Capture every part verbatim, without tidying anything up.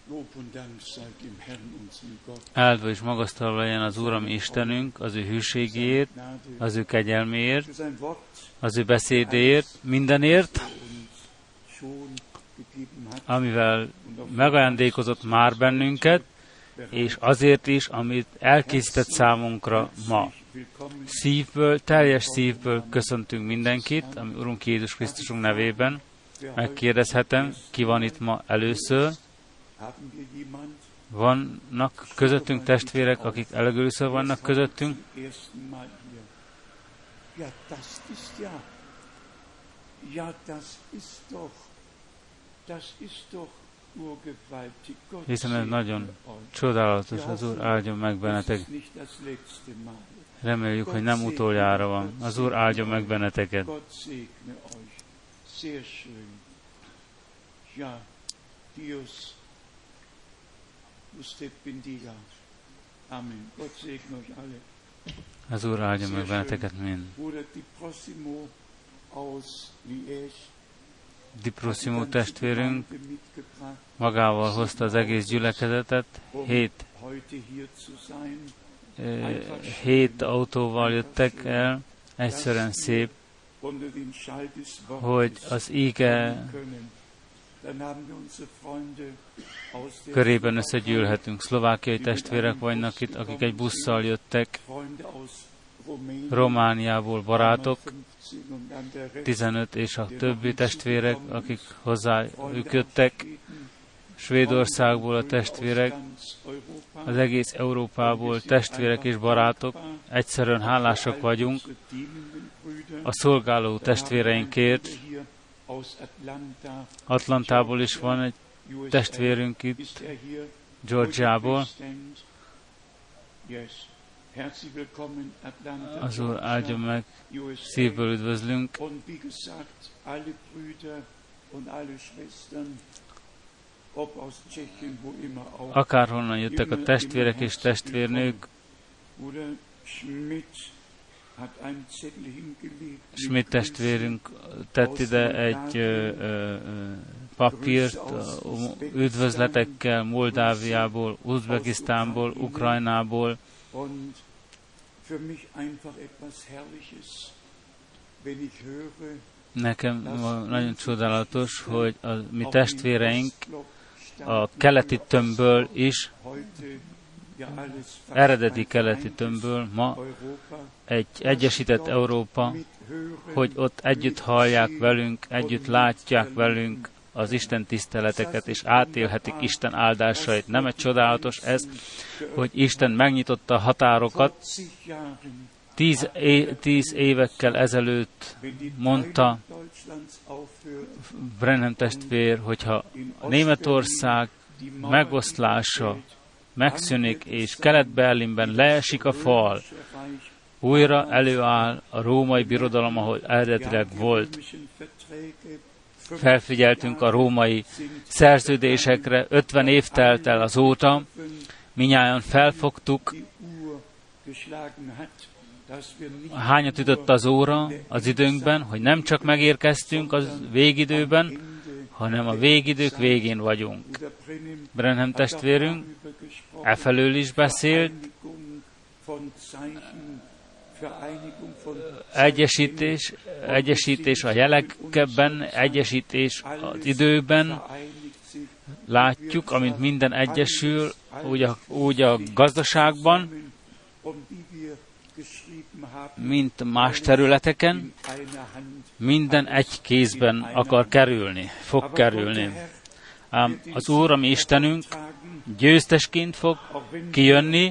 Áldva és magasztalva legyen az Úr, ami Istenünk, az ő hűségéért, az ő kegyelméért, az ő beszédéért, mindenért, amivel megajándékozott már bennünket, és azért is, amit elkészített számunkra ma. Szívből, teljes szívből köszöntünk mindenkit, ami Urunk Jézus Krisztusunk nevében. Megkérdezhetem, ki van itt ma először? Vannak közöttünk testvérek, akik először vannak közöttünk? Hiszen ez nagyon csodálatos, az Úr áldjon meg bennetek. Reméljük, hogy nem utoljára van. Az Úr áldjon meg benneteket. Az Úr áldjon meg benneteket mind. Diprosimo testvérünk magával hozta az egész gyülekezetet, hét, hét autóval jöttek el, egyszerűen szép, hogy az íge körében összegyűlhetünk. Szlovákiai testvérek vannak itt, akik egy busszal jöttek, Romániából barátok, tizenöt és a többi testvérek, akik hozzájuk jöttek, Svédországból a testvérek, az egész Európából testvérek és barátok, egyszerűen hálásak vagyunk a szolgáló testvéreinkért. Atlantából is van egy testvérünk itt, Georgiából. Az Úr áldjon meg, szívből üdvözlünk. Akárhonnan jöttek a testvérek és testvérnők, Schmidt testvérünk tett ide egy ö, ö, papírt üdvözletekkel Moldáviából, Uzbekisztánból, Ukrajnából. Nekem nagyon csodálatos, hogy a mi testvéreink a keleti tömbből is, eredeti keleti tömbből ma egy egyesített Európa, hogy ott együtt hallják velünk, együtt látják velünk az Isten tiszteleteket, és átélhetik Isten áldásait. Nem egy csodálatos ez, hogy Isten megnyitotta a határokat. Tíz, é- tíz évekkel ezelőtt mondta Brenham testvér, hogyha Németország megoszlása megszűnik, és Kelet-Berlinben leesik a fal, újra előáll a római birodalom, ahol eredetileg volt. Felfigyeltünk a római szerződésekre, ötven év telt el azóta, minnyáján felfogtuk, hányat ütött az óra az időnkben, hogy nem csak megérkeztünk a végidőben, hanem a végidők végén vagyunk. Brenham testvérünk efelől is beszélt, egyesítés, egyesítés a jelekben, egyesítés az időben. Látjuk, amint minden egyesül, úgy a, úgy a gazdaságban, mint más területeken, minden egy kézben akar kerülni, fog kerülni. Ám az Úr, ami Istenünk, győztesként fog kijönni,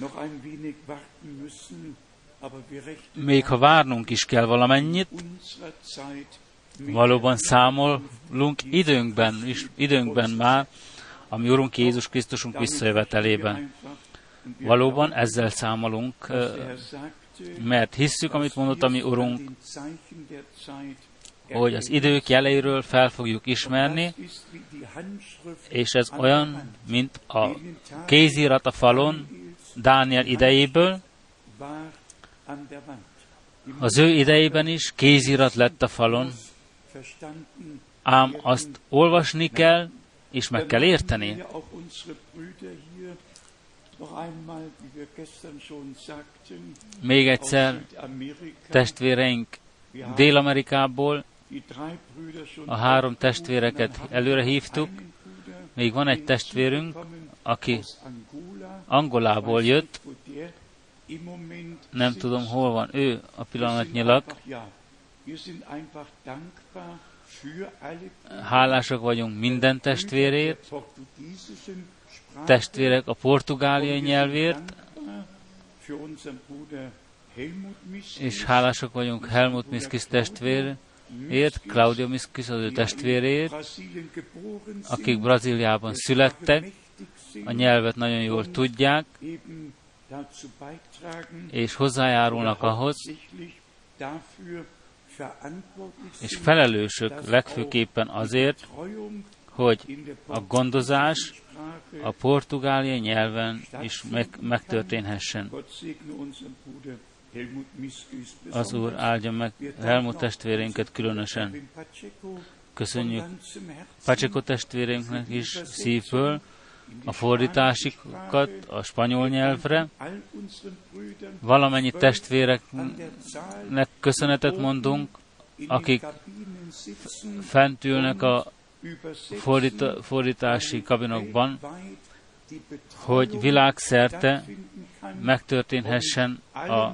még ha várnunk is kell valamennyit, valóban számolunk időnkben, is, időnkben már, ami Urunk Jézus Krisztusunk visszajövetelében. Valóban ezzel számolunk, mert hisszük, amit mondott a mi Urunk, hogy az idők jeleiről fel fogjuk ismerni, és ez olyan, mint a kézirat a falon Dániel idejéből. Az ő idejében is kézirat lett a falon, ám azt olvasni kell, és meg kell érteni. Még egyszer, testvéreink Dél-Amerikából, a három testvéreket előre hívtuk, még van egy testvérünk, aki Angolából jött, nem tudom, hol van ő a pillanatnyilag. Hálásak vagyunk minden testvérért, testvérek a portugáliai nyelvért, és hálásak vagyunk Helmut Miskis testvérért, Claudio Miskis az ő testvérért, akik Brazíliában születtek, a nyelvet nagyon jól tudják, és hozzájárulnak ahhoz, és felelősök legfőképpen azért, hogy a gondozás a portugáliai nyelven is meg, megtörténhessen. Az Úr áldja meg Helmut testvérénket különösen. Köszönjük Pacheco testvérünknek is szívből a fordításikat a spanyol nyelvre. Valamennyi testvéreknek köszönetet mondunk, akik fent ülnek a fordita- fordítási kabinokban, hogy világszerte megtörténhessen a, a,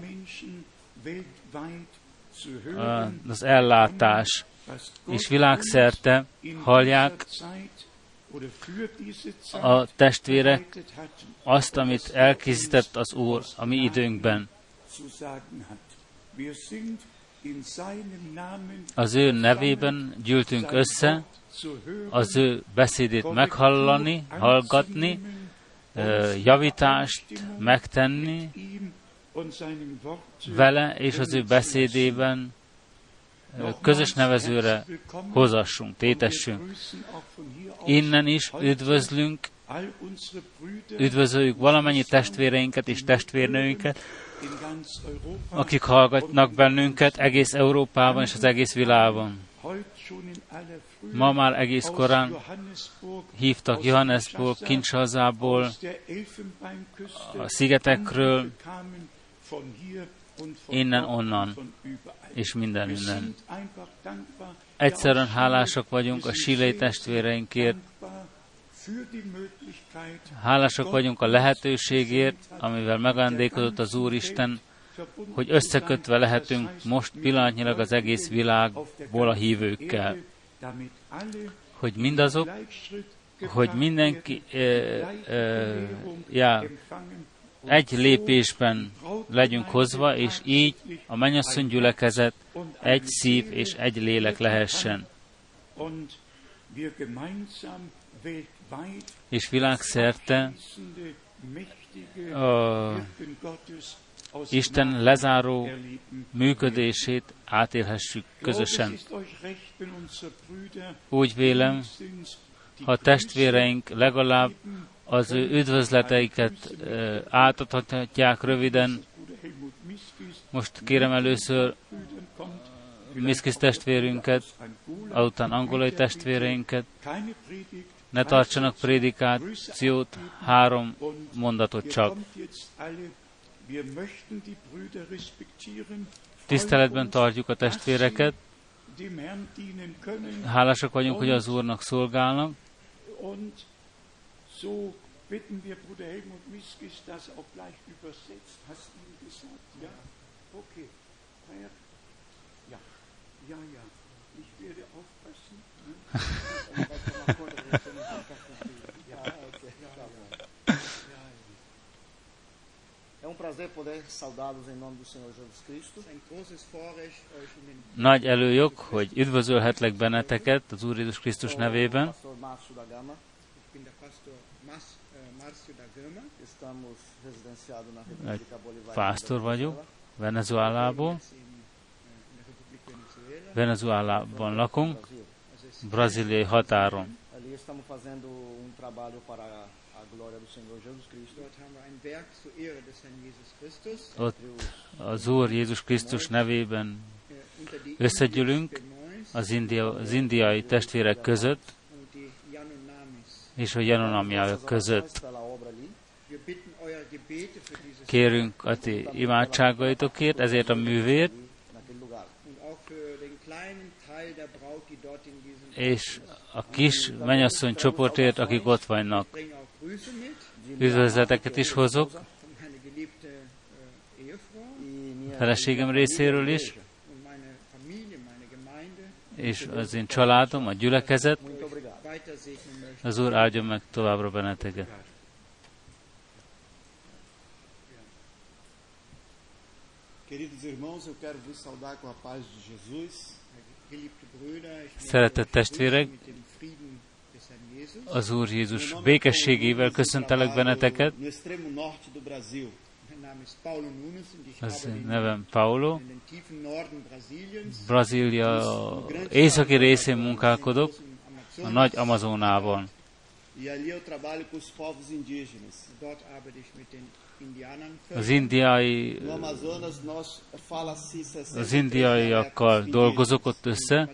az ellátás, és világszerte hallják a testvérek azt, amit elkészített az Úr a mi időnkben. Az ő nevében gyűltünk össze, az ő beszédét meghallani, hallgatni, javítást megtenni vele, és az ő beszédében közös nevezőre hozassunk, tétessünk. Innen is üdvözlünk, üdvözöljük valamennyi testvéreinket és testvérnőinket, akik hallgatnak bennünket egész Európában és az egész világon. Ma már egész korán hívtak Johannesból, Kinshazából, a szigetekről, innen-onnan, és minden-innen. Egyszerűen hálásak vagyunk a chilei testvéreinkért, hálásak vagyunk a lehetőségért, amivel megajándékozott az Úristen, hogy összekötve lehetünk most pillanatnyilag az egész világból a hívőkkel. Hogy mindazok, hogy mindenki e, e, já, egy lépésben legyünk hozva, és így a mennyasszony gyülekezet egy szív és egy lélek lehessen. És világszerte a Isten lezáró működését átélhessük közösen. Úgy vélem, ha a testvéreink legalább az ő üdvözleteiket átadhatják röviden. Most kérem először Miskis testvérünket, azután angolai testvéreinket, ne tartsanak prédikációt, három mondatot csak. Tiszteletben tartjuk a testvéreket, hálásak vagyunk, hogy az Úrnak szolgálnak, bitten wir Bruder Helmut Miskis, das auch gleich übersetzt. Hast du ihm gesagt? Ja? Okay. Ja, ja, ja, ja. Ich werde aufpassen. É um prazer poder saudá-los em nome do Senhor Jesus Cristo. Nagy előjog, hogy üdvözölhetlek benneteket az Úr Jézus Krisztus nevében. Egy pásztor vagyok, Venezuelából. Venezuelában lakunk, brazíliai határon. Ott az Úr Jézus Krisztus nevében összegyűlünk az, india, az indiai testvérek között, és a Jeronamiak között. Kérünk a ti imádságaitokért, ezért a művért, és a kis mennyasszony csoportért, akik ott vannak. Üdvözleteket is hozok, feleségem részéről is, és az én családom, a gyülekezet. Az Úr áldjon meg továbbra benneteket. Szeretett testvérek, az Úr Jézus békességével köszöntelek benneteket. Az nevem Paulo. Brazília északi részén munkálkodok, a nagy Amazonában. Az indiai, az indiaiakkal dolgozok ott össze.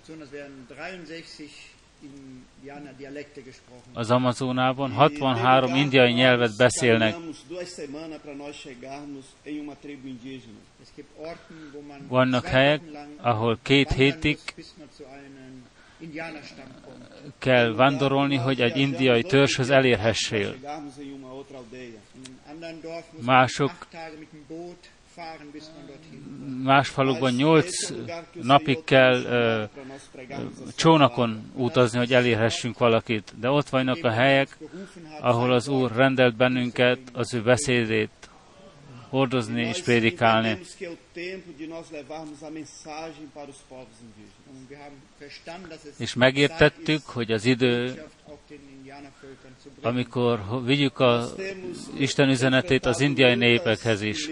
Az Amazonában hatvanhárom indiai nyelvet beszélnek. Vannak helyek, ahol két hétig kell vándorolni, hogy egy indiai törzshöz elérhessél. Mások, más falukban nyolc napig kell uh, csónakon utazni, hogy elérhessünk valakit. De ott vannak a helyek, ahol az Úr rendelt bennünket az ő beszédét hordozni és prédikálni. És megértettük, hogy az idő, amikor vigyük az Isten üzenetét az indiai népekhez is.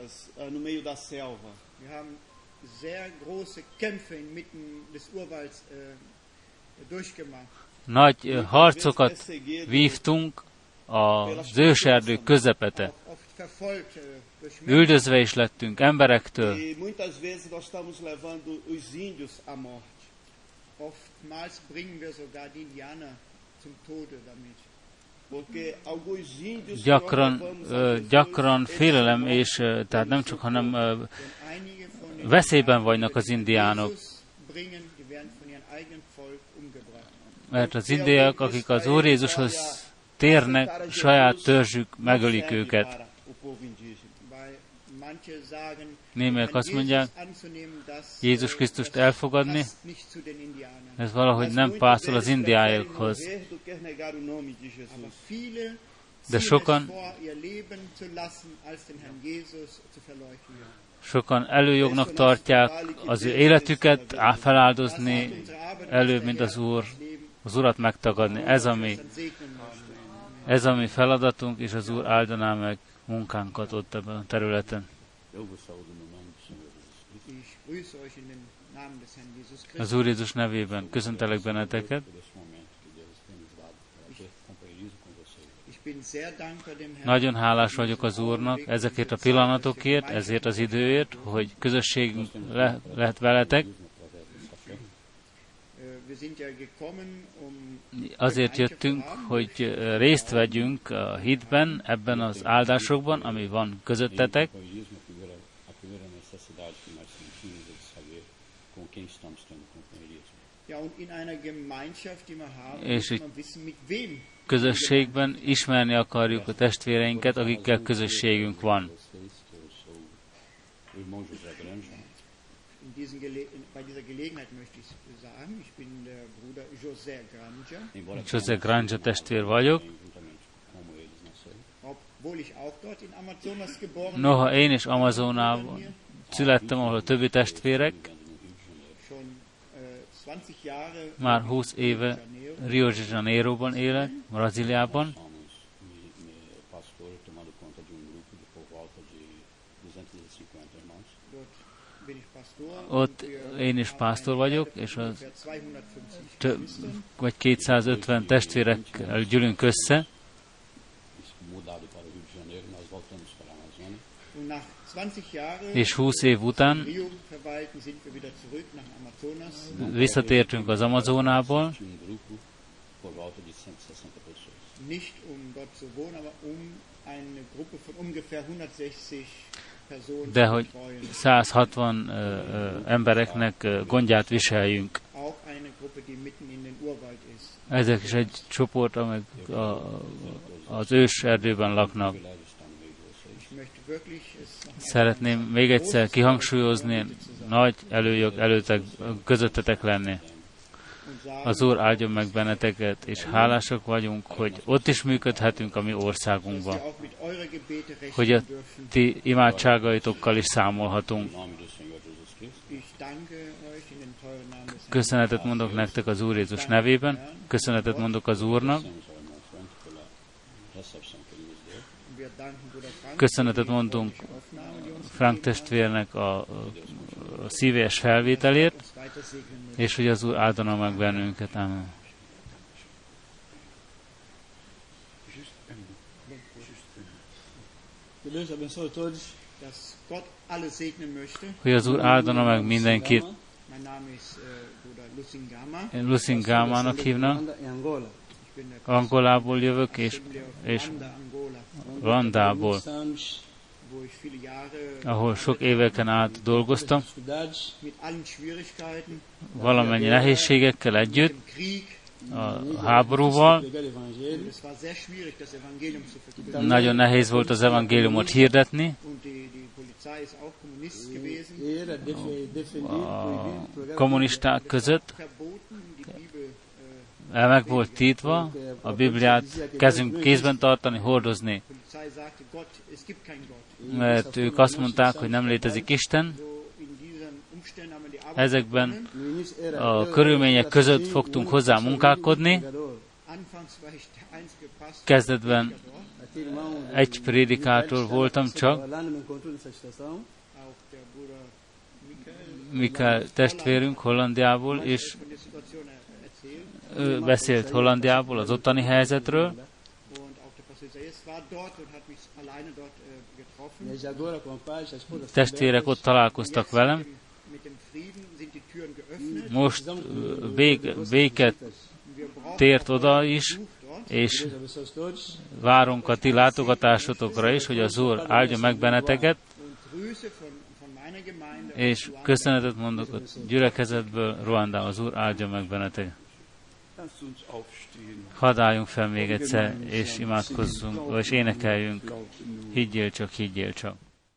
Nagy harcokat vívtunk az őserdők közepete. Üldözve is lettünk emberektől. Gyakran, gyakran félelem, és tehát nem csak, hanem veszélyben vannak az indiánok. Mert az indiaiak, akik az Úr Jézushoz térnek, saját törzsük megölik őket. Némelyek azt mondják, Jézus Krisztust elfogadni, ez valahogy nem pászol az indiaiakhoz. De sokan, sokan előjognak tartják az ő életüket feláldozni előbb, mint az Úr, az Urat megtagadni. Ez a mi, ez a mi feladatunk, és az Úr áldaná meg munkánkat ott ebben a területen. Az Úr Jézus nevében köszöntelek benneteket. Nagyon hálás vagyok az Úrnak ezekért a pillanatokért, ezért az időért, hogy közösségünk le, lehet veletek. Azért jöttünk, hogy részt vegyünk a hitben, ebben az áldásokban, ami van közöttetek. És egy közösségben ismerni akarjuk a testvéreinket, akikkel közösségünk van. José Granja testvér vagyok. Noha én is Amazonában születtem, ahol a többi testvérek, már húsz éve Rio de Janeiroban élek, Brazíliában. Ott én is pásztor vagyok, és az több, vagy kétszázötven testvérekkel gyűlünk össze. És húsz év után visszatértünk az Amazonából, de hogy száz hatvan ö, ö, embereknek ö, gondját viseljünk. Ezek is egy csoport, amelyek a, az ős erdőben laknak. Szeretném még egyszer kihangsúlyozni, nagy előjog előttek, közöttetek lenni. Az Úr áldjon meg benneteket, és hálásak vagyunk, hogy ott is működhetünk a mi országunkban, hogy a ti imádságaitokkal is számolhatunk. Köszönetet mondok nektek az Úr Jézus nevében, köszönetet mondok az Úrnak, köszönetet mondunk Frank testvérnek a, a szívélyes felvételért, és hogy az Úr áldana meg bennünket. Amen. Hogy az Úr áldana meg mindenkit. Én Lusingámának hívnak. Angolából jövök, és, és Ruandából, ahol sok éveken át dolgoztam, valamennyi nehézségekkel együtt, a háborúval. Nagyon nehéz volt az evangéliumot hirdetni. A kommunisták között meg volt tiltva a Bibliát kezünk, kézben tartani, hordozni. Mert ők azt mondták, hogy nem létezik Isten. Ezekben a körülmények között fogtunk hozzá munkálkodni. Kezdetben egy prédikátor voltam csak. Mikael testvérünk Hollandiából, és ő beszélt Hollandiából az ottani helyzetről. Testvérek ott találkoztak velem. Most béket tért oda is, és várunk a ti látogatásotokra is, hogy az Úr áldja meg benneteket, és köszönetet mondok a gyülekezetből, Ruandában, az Úr áldja meg benneteket. Hadd álljunk fel még egyszer, és imádkozzunk, és énekeljünk. Higgyél csak, higgyél csak.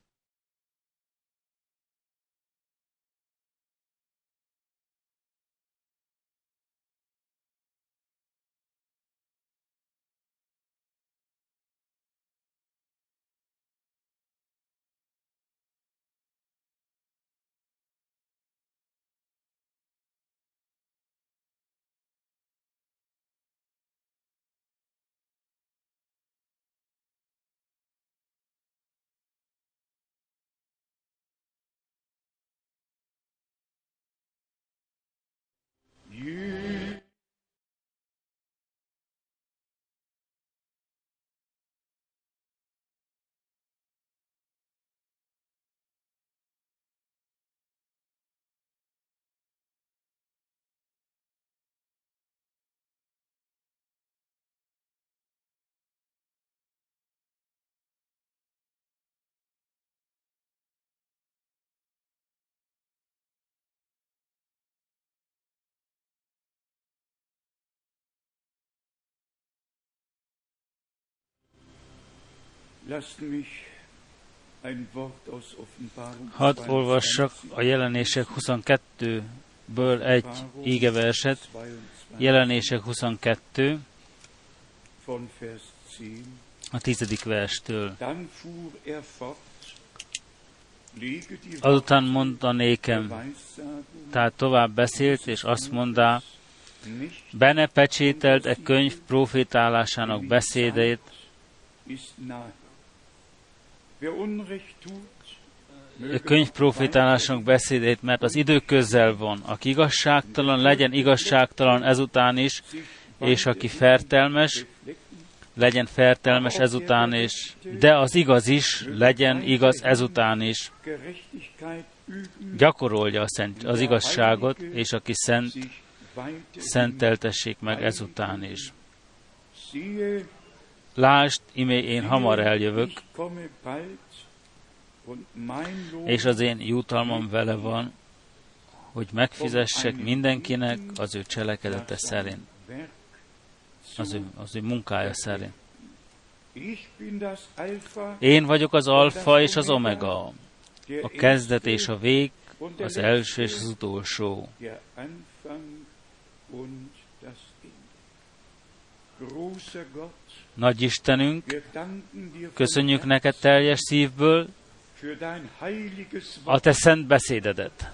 Hadd olvassak a Jelenések huszonkettőből egy ígeverset. Jelenések huszonkettő, a tizedik verstől. Azután mondta nékem, tehát tovább beszélt, és azt mondta, benne pecsételt e könyv profétálásának beszédét, a könyv profétálásának beszédét, mert az idő közel van. Aki igazságtalan, legyen igazságtalan ezután is, és aki fertelmes, legyen fertelmes ezután is, de az igaz is, legyen igaz ezután is. Gyakorolja a szent, az igazságot, és aki szent, szenteltessék meg ezután is. Lásd, imé én hamar eljövök, és az én jutalmam vele van, hogy megfizessek mindenkinek az ő cselekedete szerint, az ő, az ő munkája szerint. Én vagyok az alfa és az omega, a kezdet és a vég, az első és az utolsó. Nagy Istenünk, köszönjük neked teljes szívből a te szent beszédedet.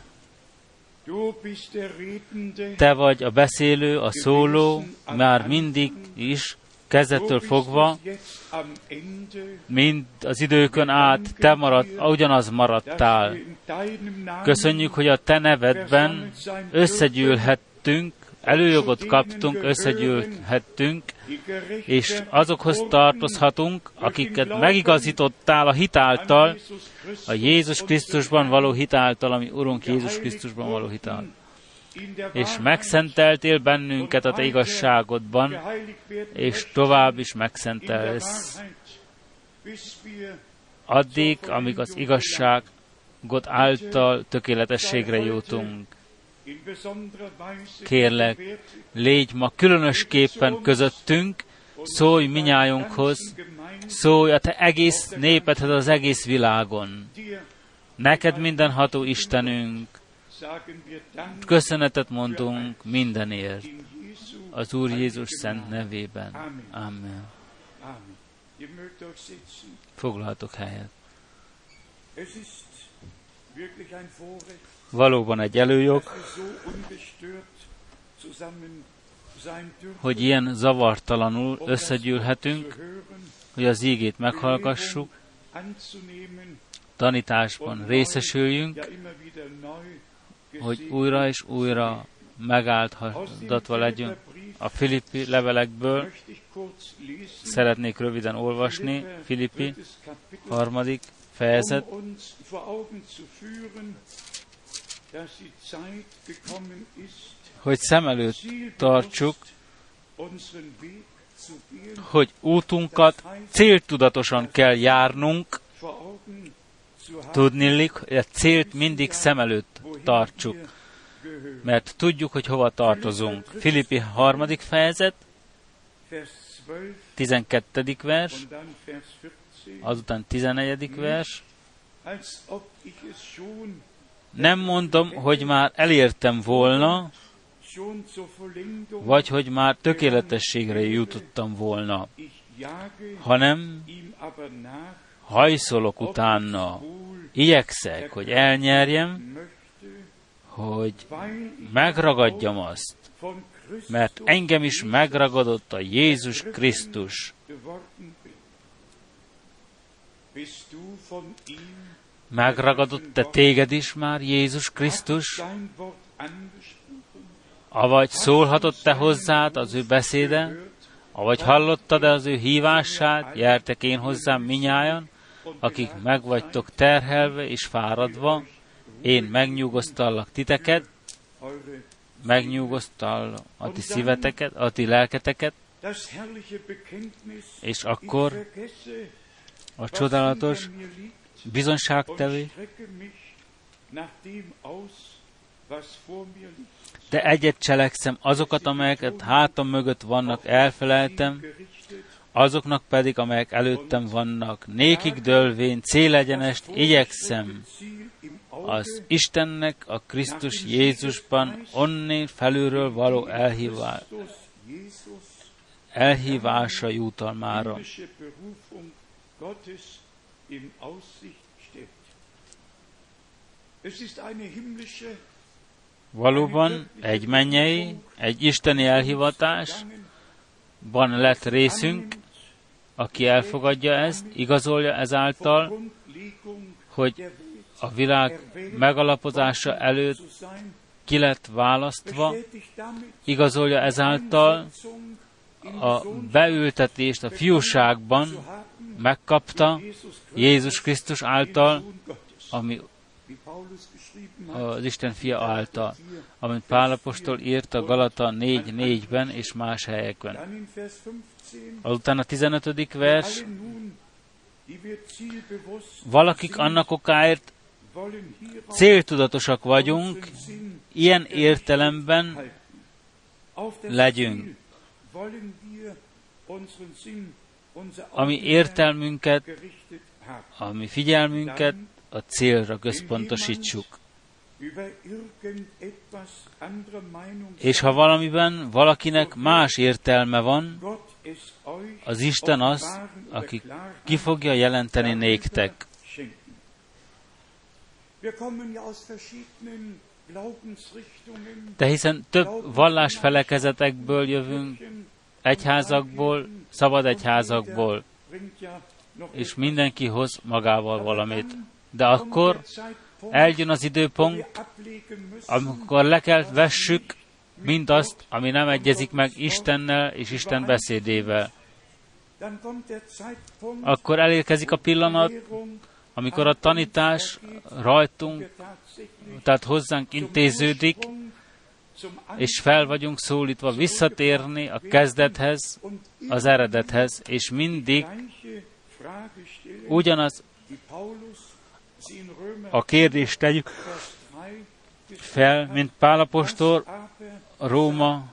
Te vagy a beszélő, a szóló, már mindig is, kezdettől fogva, mind az időkön át, te marad, ugyanaz maradtál. Köszönjük, hogy a te nevedben összegyűlhettünk, előjogot kaptunk, összegyűlhettünk, és azokhoz tartozhatunk, akiket megigazítottál a hitáltal, a Jézus Krisztusban való hitáltal, ami Urunk Jézus Krisztusban való hitáltal. És megszenteltél bennünket a te igazságodban, és tovább is megszentelsz. Addig, amíg az igazságot által tökéletességre jutunk. Kérlek, légy ma különösképpen közöttünk, szólj minnyájunkhoz, szólj a te egész népedhez az egész világon. Neked mindenható Istenünk, köszönetet mondunk mindenért, az Úr Jézus szent nevében. Amen. Foglaltok helyet. Valóban egy előjog, hogy ilyen zavartalanul összegyűlhetünk, hogy az ígét meghallgassuk, tanításban részesüljünk, hogy újra és újra megáldhatva legyünk. A Filippi levelekből szeretnék röviden olvasni, Filippi harmadik fejezet, hogy szem előtt tartsuk, hogy útunkat céltudatosan kell járnunk, tudniillik, hogy a célt mindig szem előtt tartsuk, mert tudjuk, hogy hova tartozunk. Filippi harmadik fejezet, tizenkettedik vers, azután tizennegyedik vers. Nem mondom, hogy már elértem volna, vagy hogy már tökéletességre jutottam volna, hanem hajszolok utána, igyekszek, hogy elnyerjem, hogy megragadjam azt, mert engem is megragadott a Jézus Krisztus. Megragadott-e téged is már Jézus Krisztus? Avagy szólhatott-e hozzád az ő beszéde? Avagy hallottad-e az ő hívását? Gyertek én hozzám minnyájan, akik megvagytok terhelve és fáradva, én megnyugosztallak titeket, megnyugosztallak a ti szíveteket, a ti lelketeket, és akkor a csodálatos bizonságtevő, de egyet cselekszem, azokat, amelyeket hátam mögött vannak, elfeleltem, azoknak pedig, amelyek előttem vannak, nékig dőlvén, célegyenest igyekszem az Istennek a Krisztus Jézusban onnét felülről való elhívás, elhívása jutalmára. Valóban egy mennyei, egy isteni elhivatásban lett részünk, aki elfogadja ezt, igazolja ezáltal, hogy a világ megalapozása előtt ki lett választva, igazolja ezáltal a beültetést a fiúságban megkapta Jézus Krisztus által, ami az Isten fia által, amit Pál apostol írt a Galata négy négyben és más helyekben. Azután a tizenötödik vers, valakik annak okáért céltudatosak vagyunk, ilyen értelemben legyünk. Ami értelmünket, ami figyelmünket a célra központosítsuk. És ha valamiben valakinek más értelme van, az Isten az, aki ki fogja jelenteni néktek. De hiszen több vallásfelekezetekből jövünk, egyházakból, szabad egyházakból, és mindenki hoz magával valamit. De akkor eljön az időpont, amikor le kell vessük mindazt, ami nem egyezik meg Istennel és Isten beszédével. Akkor elérkezik a pillanat, amikor a tanítás rajtunk, tehát hozzánk intéződik, és fel vagyunk szólítva visszatérni a kezdethez, az eredethez, és mindig ugyanaz a kérdést tegyük fel, mint Pál apostol Róma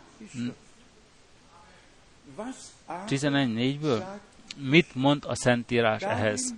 tizenegy négyből. Mit mond a Szentírás ehhez?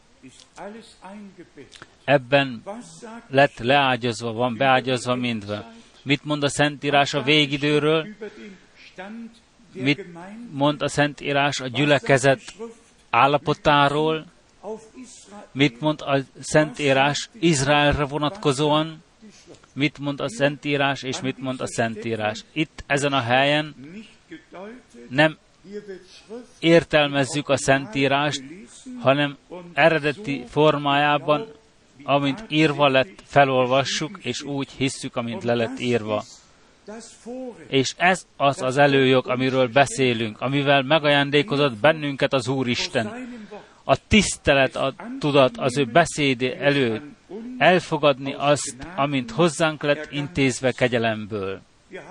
Ebben lett leágyazva, van beágyazva mindve. Mit mond a Szentírás a végidőről? Mit mond a Szentírás a gyülekezet állapotáról? Mit mond a Szentírás Izraelre vonatkozóan? Mit mond a Szentírás, és mit mond a Szentírás? Itt, ezen a helyen nem értelmezzük a Szentírást, hanem eredeti formájában, amint írva lett, felolvassuk, és úgy hisszük, amint le lett írva. És ez az az előjog, amiről beszélünk, amivel megajándékozott bennünket az Úristen. A tisztelet, a tudat az ő beszédé előtt, elfogadni azt, amint hozzánk lett intézve kegyelemből.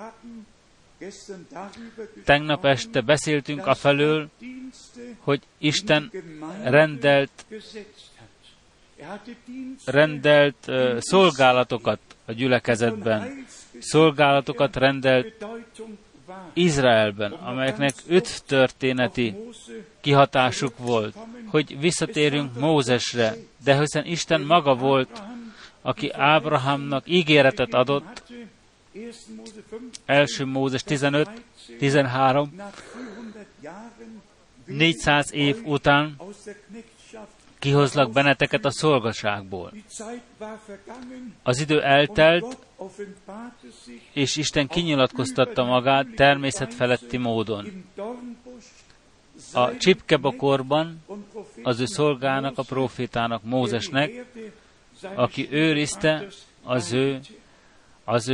Tegnap este beszéltünk afelől, hogy Isten rendelt, rendelt uh, szolgálatokat a gyülekezetben, szolgálatokat rendelt Izraelben, amelyeknek öt történeti kihatásuk volt, hogy visszatérünk Mózesre, de hiszen Isten maga volt, aki Ábrahámnak ígéretet adott, első Mózes tizenöt tizenhárom, négyszáz év után kihozlak benneteket a szolgaságból. Az idő eltelt, és Isten kinyilatkoztatta magát természetfeletti módon. A csipkebokorban az ő szolgának, a prófétának, Mózesnek, aki őrizte az ő, az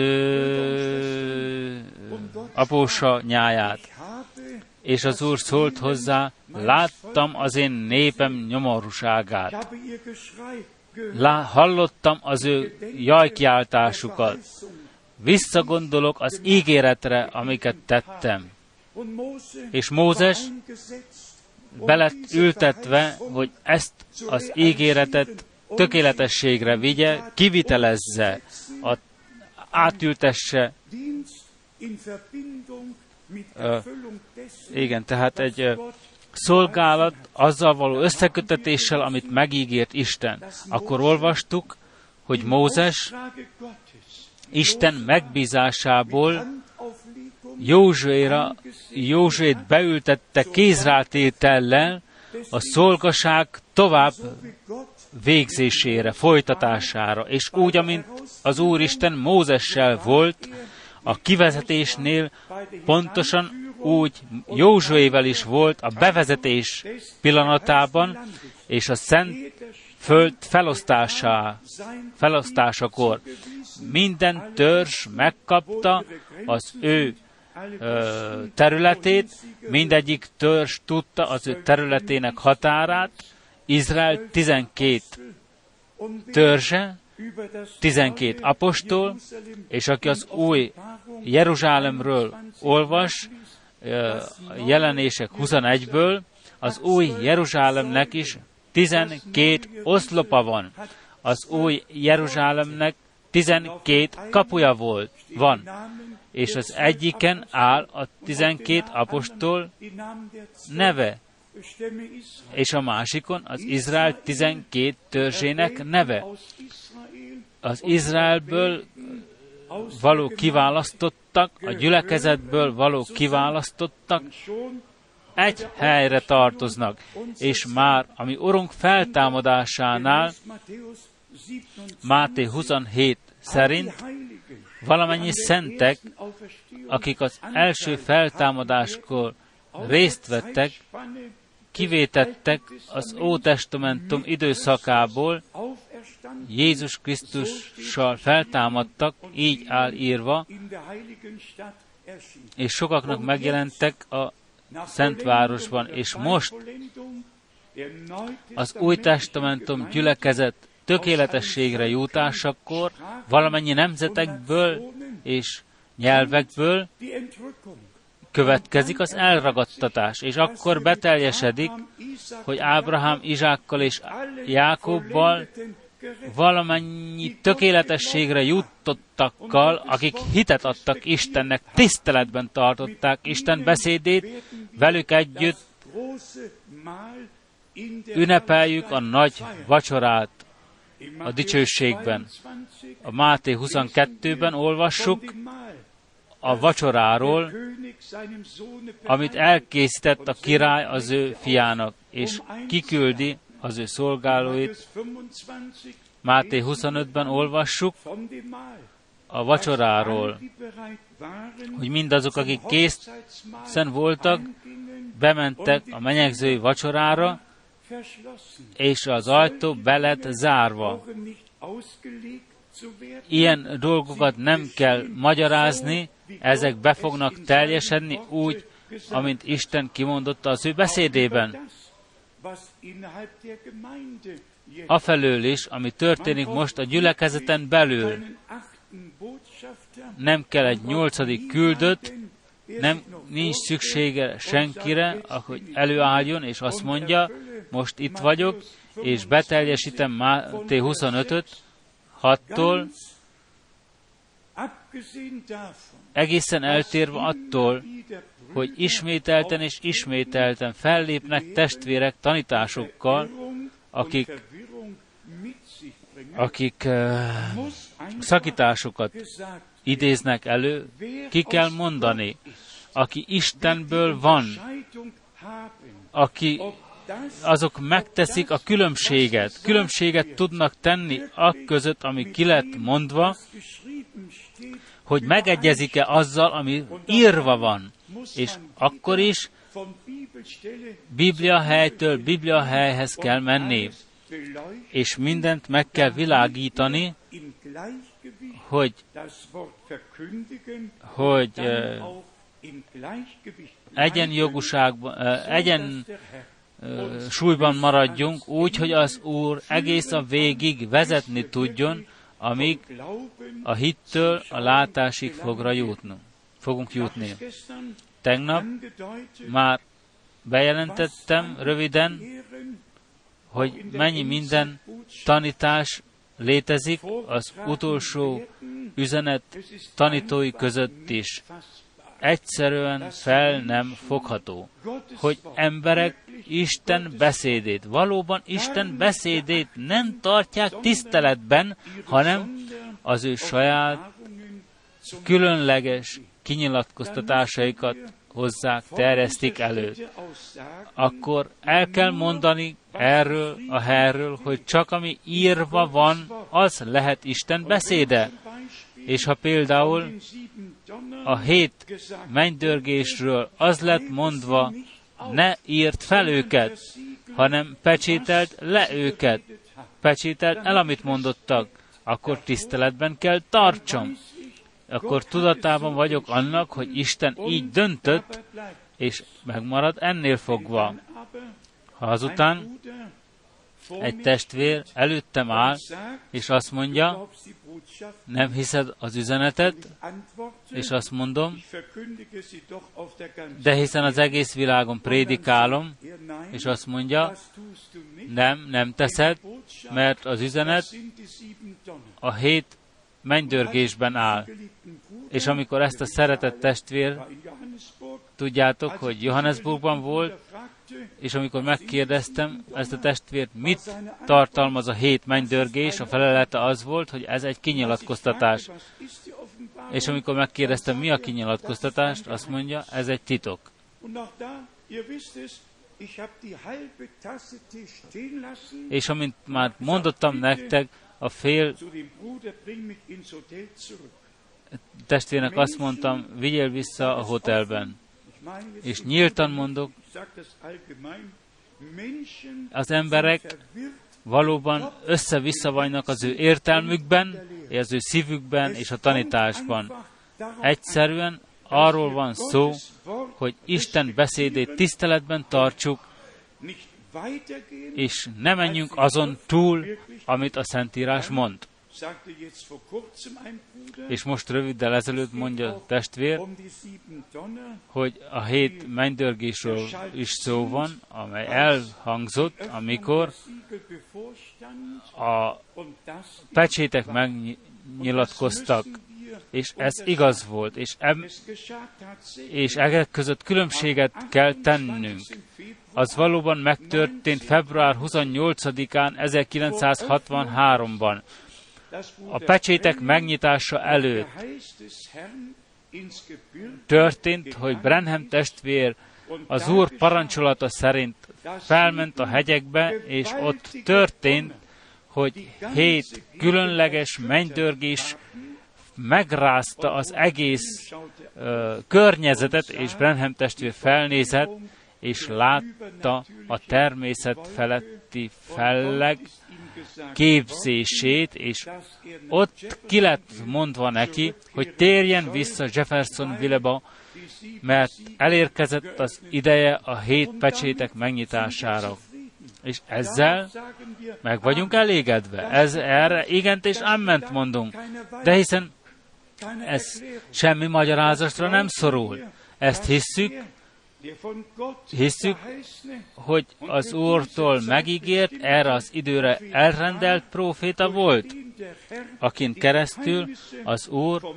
ő apósa nyáját. És az Úr szólt hozzá, láttam az én népem nyomorúságát. Lá, hallottam az ő jajkiáltásukat. Visszagondolok az ígéretre, amiket tettem. És Mózes be lett ültetve, hogy ezt az ígéretet tökéletességre vigye, kivitelezze, a, átültesse. Uh, igen, tehát egy uh, szolgálat azzal való összekötetéssel, amit megígért Isten. Akkor olvastuk, hogy Mózes Isten megbízásából Józsuéra, Józsuét beültette kézrátétellel a szolgaság tovább végzésére, folytatására. És úgy, amint az Úristen Mózessel volt, a kivezetésnél pontosan úgy Józsuével is volt a bevezetés pillanatában, és a szent föld felosztásá, felosztásakor minden törzs megkapta az ő ö, területét, mindegyik törzs tudta az ő területének határát, Izrael tizenkét törzse, tizenkét apostol, és aki az új Jeruzsálemről olvas, jelenések huszonegyből, az új Jeruzsálemnek is tizenkét oszlopa van. Az új Jeruzsálemnek tizenkét kapuja volt, van, és az egyiken áll a tizenkét apostol neve, és a másikon az Izrael tizenkét törzsének neve. Az Izraelből való kiválasztottak, a gyülekezetből való kiválasztottak egy helyre tartoznak, és már a mi Urunk feltámadásánál, Máté huszonhét szerint, valamennyi szentek, akik az első feltámadáskor részt vettek, kivétettek az Ótestamentum időszakából, Jézus Krisztussal feltámadtak, így áll írva, és sokaknak megjelentek a Szentvárosban, és most az Új Testamentum gyülekezet tökéletességre jutásakor valamennyi nemzetekből és nyelvekből következik az elragadtatás, és akkor beteljesedik, hogy Ábrahám, Izsákkal és Jákobbal valamennyi tökéletességre jutottakkal, akik hitet adtak Istennek, tiszteletben tartották Isten beszédét, velük együtt ünnepeljük a nagy vacsorát a dicsőségben. A Máté huszonkettőben olvassuk a vacsoráról, amit elkészített a király az ő fiának, és kiküldi az ő szolgálóit. Máté huszonötben olvassuk a vacsoráról, hogy mindazok, akik készen voltak, bementek a menyegzői vacsorára, és az ajtó be lett zárva. Ilyen dolgokat nem kell magyarázni, ezek be fognak teljesedni úgy, amint Isten kimondotta az ő beszédében. Afelől is, ami történik most a gyülekezeten belül, nem kell egy nyolcadik küldött, nem, nincs szüksége senkire, ahogy előálljon, és azt mondja, most itt vagyok, és beteljesítem Máté huszonötöt, hattól, egészen eltérve attól, hogy ismételten és ismételten fellépnek testvérek tanításokkal, akik, akik uh, szakításokat idéznek elő, ki kell mondani, aki Istenből van, aki azok megteszik a különbséget, különbséget tudnak tenni akközött, ami ki lett mondva, hogy megegyezik-e azzal, ami írva van, és akkor is Biblia helytől Biblia helyhez kell menni, és mindent meg kell világítani, hogy, hogy uh, egyenjogúságban, uh, egyen uh, súlyban maradjunk, úgy, hogy az Úr egész a végig vezetni tudjon, amíg a hittől a látásig fogra jutni, fogunk jutni. Tegnap már bejelentettem röviden, hogy mennyi minden tanítás létezik az utolsó üzenet tanítói között is. Egyszerűen fel nem fogható, hogy emberek Isten beszédét, valóban Isten beszédét nem tartják tiszteletben, hanem az ő saját különleges kinyilatkoztatásaikat hozzák, terjesztik elő. Akkor el kell mondani erről a helyről, hogy csak ami írva van, az lehet Isten beszéde. És ha például a hét mennydörgésről az lett mondva, ne írt fel őket, hanem pecsételt le őket, pecsételt el, amit mondottak, akkor tiszteletben kell tartsam. Akkor tudatában vagyok annak, hogy Isten így döntött, és megmarad ennél fogva. Ha azután egy testvér előttem áll, és azt mondja, nem hiszed az üzenetet, és azt mondom, de hiszen az egész világon prédikálom, és azt mondja, nem, nem teszed, mert az üzenet a hét mennydörgésben áll. És amikor ezt a szeretett testvér, tudjátok, hogy Johannesburgban volt, és amikor megkérdeztem ezt a testvért, mit tartalmaz a hét mennydörgés, a felelete az volt, hogy ez egy kinyilatkoztatás. És amikor megkérdeztem, mi a kinyilatkoztatást, azt mondja, ez egy titok. És amint már mondottam nektek, a fél testvérnek azt mondtam, vigyél vissza a hotelben. És nyíltan mondok, az emberek valóban össze-vissza vannak az ő értelmükben, az ő szívükben és a tanításban. Egyszerűen arról van szó, hogy Isten beszédét tiszteletben tartsuk, és ne menjünk azon túl, amit a Szentírás mond. És most röviddel ezelőtt mondja a testvér, hogy a hét mennydörgésről is szó van, amely elhangzott, amikor a pecsétek megnyilatkoztak, és ez igaz volt, és, em, és ezek között különbséget kell tennünk. Az valóban megtörtént február huszonnyolcadikán ezerkilencszázhatvanháromban. A pecsétek megnyitása előtt történt, hogy Branham testvér az Úr parancsolata szerint felment a hegyekbe, és ott történt, hogy hét különleges mennydörgés megrázta az egész uh, környezetet, és Branham testvér felnézett, és látta a természet feletti felleg képzését, és ott ki lett mondva neki, hogy térjen vissza Jeffersonville-ba, mert elérkezett az ideje a hét pecsétek megnyitására. És ezzel meg vagyunk elégedve. Ez erre igent és amment mondunk. De hiszen ez semmi magyarázatra nem szorul. Ezt hisszük, hisszük, hogy az Úrtól megígért, erre az időre elrendelt próféta volt, akin keresztül az Úr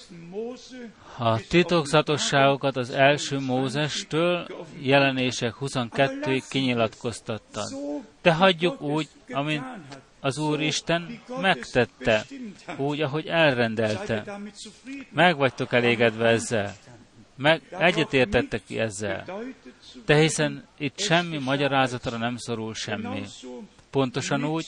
a titokzatosságokat az első Mózestől jelenések huszonkettőig kinyilatkoztatta. De hagyjuk úgy, amint az Úr Isten megtette, úgy, ahogy elrendelte. Meg vagytok elégedve ezzel. Meg egyetértettek ki ezzel. De hiszen itt semmi magyarázatra nem szorul semmi. Pontosan úgy,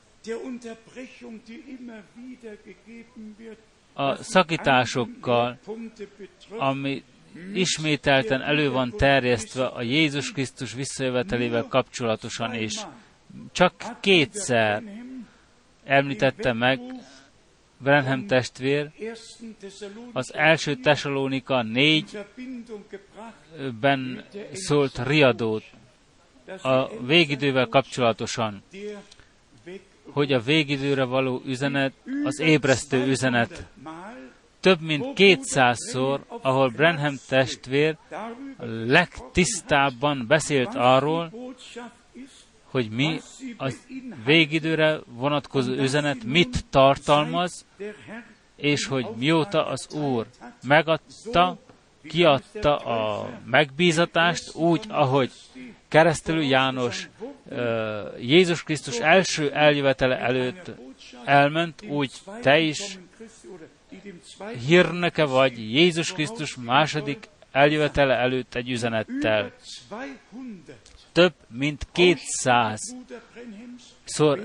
a szakításokkal, ami ismételten elő van terjesztve a Jézus Krisztus visszajövetelével kapcsolatosan, és csak kétszer említette meg Branham testvér az első Tesalónika négyben szólt riadót a végidővel kapcsolatosan, hogy a végidőre való üzenet, az ébresztő üzenet több mint kétszázszor, ahol Branham testvér a legtisztábban beszélt arról, hogy mi a végidőre vonatkozó üzenet mit tartalmaz, és hogy mióta az Úr megadta, kiadta a megbízatást, úgy, ahogy Keresztelő János Jézus Krisztus első eljövetele előtt elment, úgy te is hírnöke vagy Jézus Krisztus második eljövetele előtt egy üzenettel. Több mint kétszáz szor,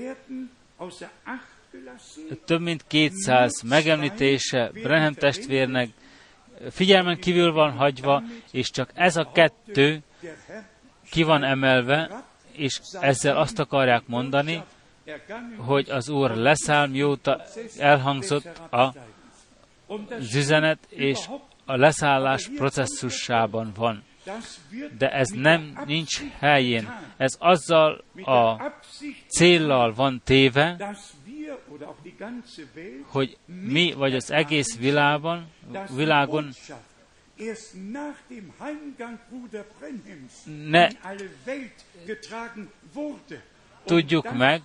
több mint kétszáz megemlítése Branham testvérnek figyelmen kívül van hagyva, és csak ez a kettő ki van emelve, és ezzel azt akarják mondani, hogy az Úr leszáll, mióta elhangzott az üzenet, és a leszállás processzusában van. de ez nem nincs helyén. Ez azzal a céllal van téve, hogy mi vagy az egész világon, világon ne tudjuk meg,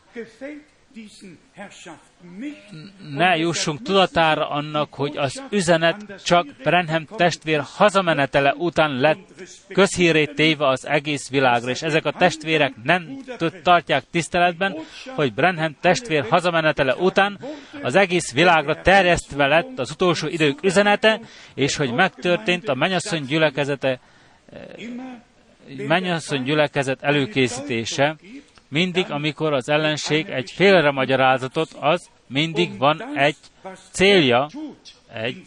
ne jussunk tudatára annak, hogy az üzenet csak Branham testvér hazamenetele után lett közhírré téve az egész világra, és ezek a testvérek nem tartják tiszteletben, hogy Branham testvér hazamenetele után az egész világra terjesztve lett az utolsó idők üzenete, és hogy megtörtént a mennyasszony gyülekezete, mennyasszony gyülekezet előkészítése. Mindig, amikor az ellenség egy félre magyarázatot, az mindig van egy célja, egy,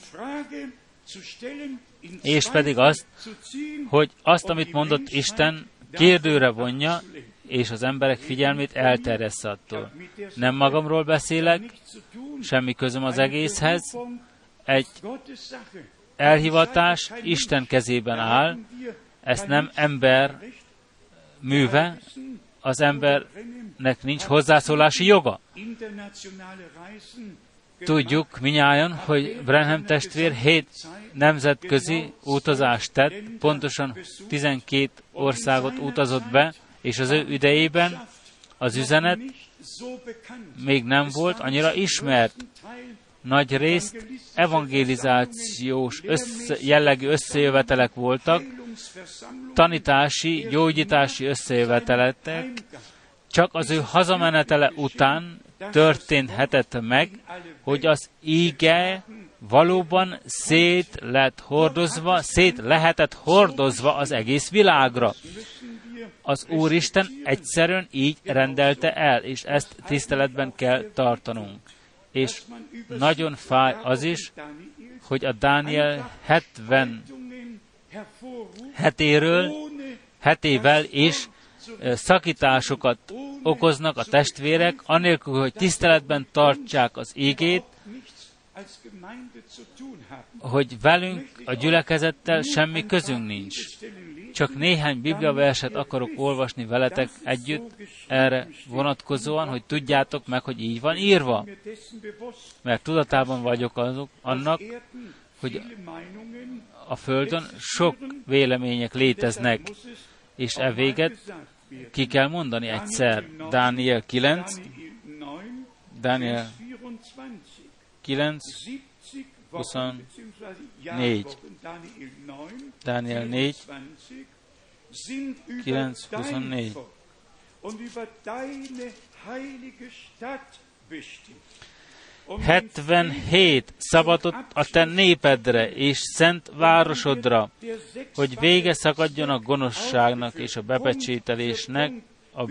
és pedig azt, hogy azt, amit mondott Isten, kérdőre vonja, és az emberek figyelmét elterjessze attól. Nem magamról beszélek, semmi közöm az egészhez, egy elhivatás Isten kezében áll, ezt nem ember műve, az embernek nincs hozzászólási joga. Tudjuk minnyájan, hogy Branham testvér hét nemzetközi utazást tett, pontosan tizenkét országot utazott be, és az ő idejében az üzenet még nem volt annyira ismert. Nagy részt evangelizációs össze, jellegű összejövetelek voltak, tanítási, gyógyítási összejöveteletek, csak az ő hazamenetele után történhetett meg, hogy az íge valóban szét lett hordozva, szét lehetett hordozva az egész világra. Az Úristen egyszerűen így rendelte el, és ezt tiszteletben kell tartanunk. És nagyon fáj az is, hogy a Dániel hetven hetéről, hetével is szakításokat okoznak a testvérek, anélkül, hogy tiszteletben tartsák az ígét, hogy velünk, a gyülekezettel semmi közünk nincs. Csak néhány bibliaverset akarok olvasni veletek együtt erre vonatkozóan, hogy tudjátok meg, hogy így van írva. Mert tudatában vagyok azok, annak, hogy a Földön sok vélemények léteznek, és e véget ki kell mondani egyszer. Dániel kilenc, Dániel kilenc, huszonnégy. Dániel négy, kilenc, huszonnégy. hetvenhét szabatot a te népedre és szent városodra, hogy vége szakadjon a gonoszságnak és a bepecsételésnek, a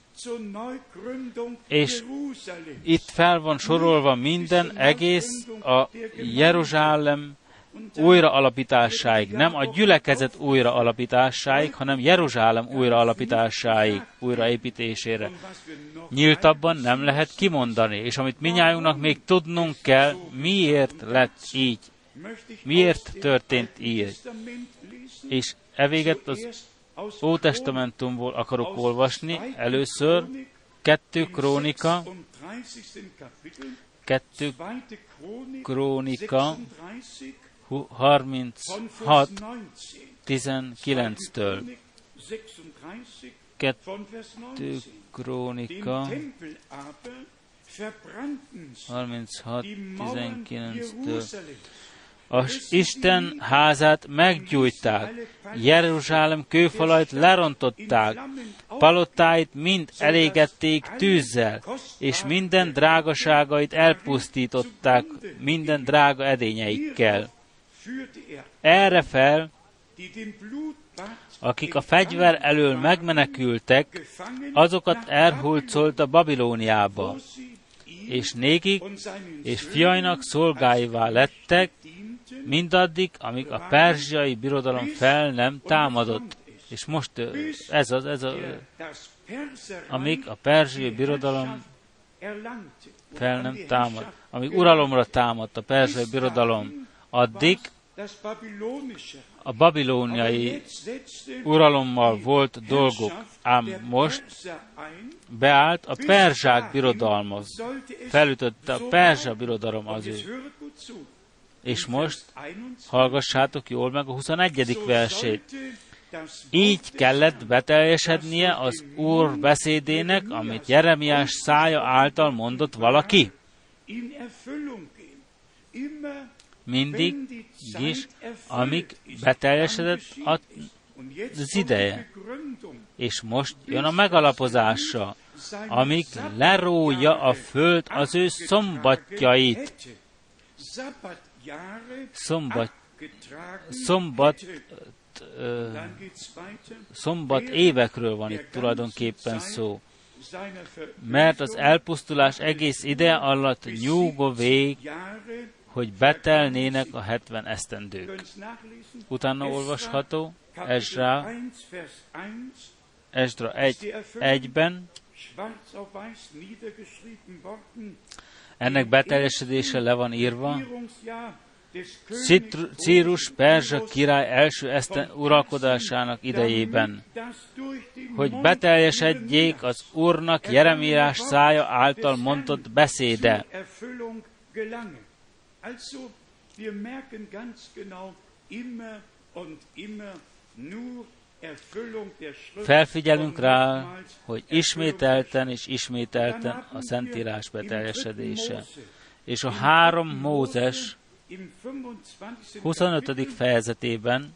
és itt fel van sorolva minden egész a Jeruzsálem újraalapításáig, nem a gyülekezet újraalapításáig, hanem Jeruzsálem újraalapításáig, újraépítésére. Nyíltabban nem lehet kimondani, és amit minnyájunknak még tudnunk kell, miért lett így, miért történt így. És evéget az Ótestamentumból akarok olvasni, először kettő Krónika, kettő Krónika harminchat tizenkilenctől. Kettő Krónika harminchat tizenkilenctől. Az Isten házát meggyújták, Jeruzsálem kőfalait lerontották, palotáit mind elégették tűzzel, és minden drágaságait elpusztították minden drága edényeikkel. Erre fel, akik a fegyver elől megmenekültek, azokat elhurcolta Babilóniába, és nékik és fiainak szolgáivá lettek, mindaddig, amíg a perzsiai birodalom fel nem támadott. És most ez az, ez a, amíg a perzsiai birodalom fel nem támad, amíg uralomra támadt a perzsiai birodalom, addig A babilóniai uralommal volt dolguk, ám most beállt a perzsák birodalma, felütötte a perzsa birodalom az ő. És most hallgassátok jól meg a huszonegyedik versét. Így kellett beteljesednie az Úr beszédének, amit Jeremiás szája által mondott valaki. Mindig is, amíg beteljesedett az ideje. És most jön a megalapozása, amíg lerója a föld az ő szombatjait. Szombat, szombat, szombat évekről van itt tulajdonképpen szó. Mert az elpusztulás egész ide alatt nyúgó vég, hogy betelnének a hetven esztendők. Utána olvasható Ezra, Ezra egy egyben, ennek beteljesedése le van írva, Círus perzsa király első eszten uralkodásának idejében, hogy beteljesedjék az Úrnak Jeremiás szája által mondott beszéde. Felfigyelünk rá, hogy ismételten és ismételten a Szentírás beteljesedése. És a három Mózes huszonötödik fejezetében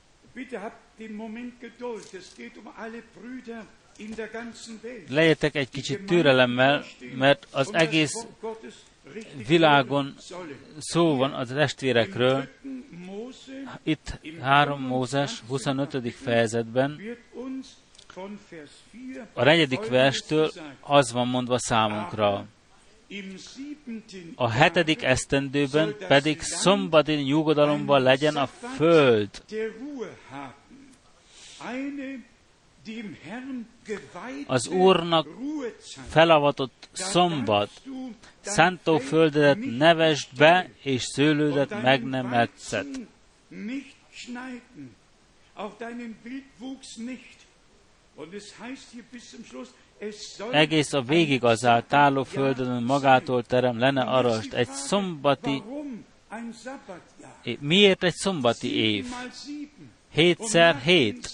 legyetek egy kicsit türelemmel, mert az egész világon szó van a testvérekről. Itt három Mózes huszonötödik fejezetben a negyedik verstől az van mondva számunkra. A hetedik esztendőben pedig szombati nyugodalomban legyen a föld. Az Úrnak felavatott szombat, szántó földedet nevesd be, és szőlődet meg nem etszed. Egész a végigazált táló földön magától terem lenne arast. Egy szombati év. Miért egy szombati év? Hétszer hét.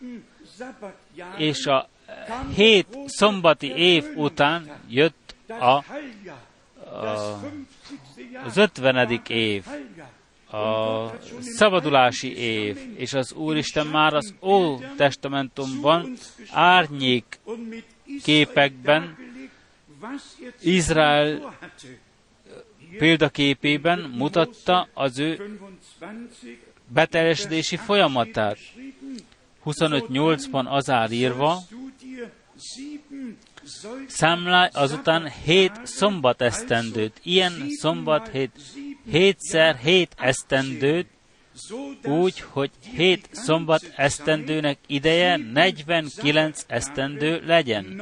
És a hét szombati év után jött a, a, az ötvenedik év, a szabadulási év, és az Úristen már az Ótestamentumban árnyék képekben, Izrael példaképében mutatta az ő beteljesedési folyamatát. huszonöt nyolcban az áll írva, számlálj azután hét szombat esztendőt, ilyen szombat hét, hétszer hét esztendőt, úgy, hogy hét szombat esztendőnek ideje negyvenkilenc esztendő legyen.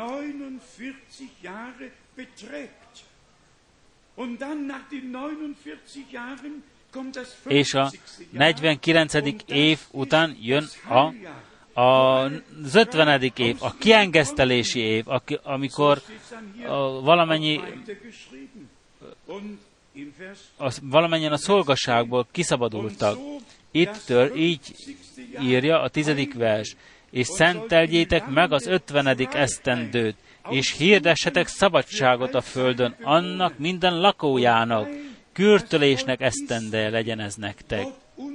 És a negyvenkilencedik év után jön a az ötvenedik év, a kiengesztelési év, amikor a valamennyi, a, valamennyien a szolgaságból kiszabadultak. Ittől így írja a tizedik vers, és szenteljétek meg az ötvenedik esztendőt, és hirdessetek szabadságot a földön, annak minden lakójának, kürtölésnek esztendeje legyen ez nektek.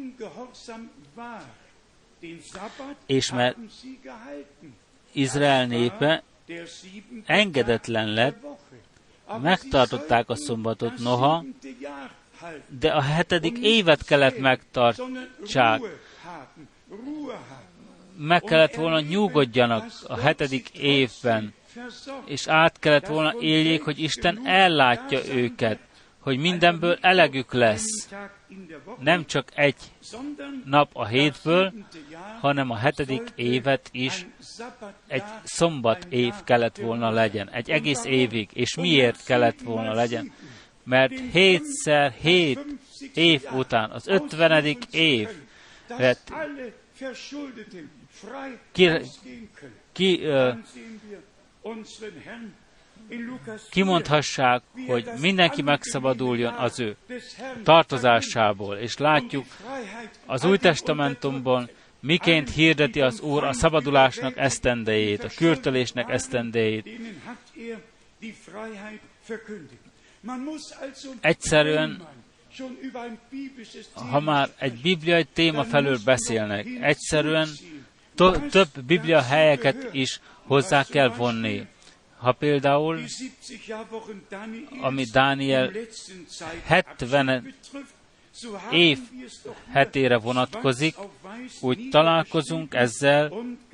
És mert Izrael népe engedetlen lett, megtartották a szombatot, noha, de a hetedik évet kellett megtartsák. Meg kellett volna nyugodjanak a hetedik évben, és át kellett volna éljék, hogy Isten ellátja őket, hogy mindenből elegük lesz. Nem csak egy nap a hétből, hanem a hetedik évet is egy szombat év kellett volna legyen. Egy egész évig. És miért kellett volna legyen? Mert hétszer hét év után, az ötvenedik év, ki, ki, uh, kimondhassák, hogy mindenki megszabaduljon az ő tartozásából. És látjuk az Új Testamentumban, miként hirdeti az Úr a szabadulásnak esztendejét, a kürtölésnek esztendejét. Egyszerűen, ha már egy bibliai téma felől beszélnek, egyszerűen to- több biblia helyeket is hozzá kell vonni. Ha például, ami Dániel hetven év hetére vonatkozik, úgy találkozunk ezzel,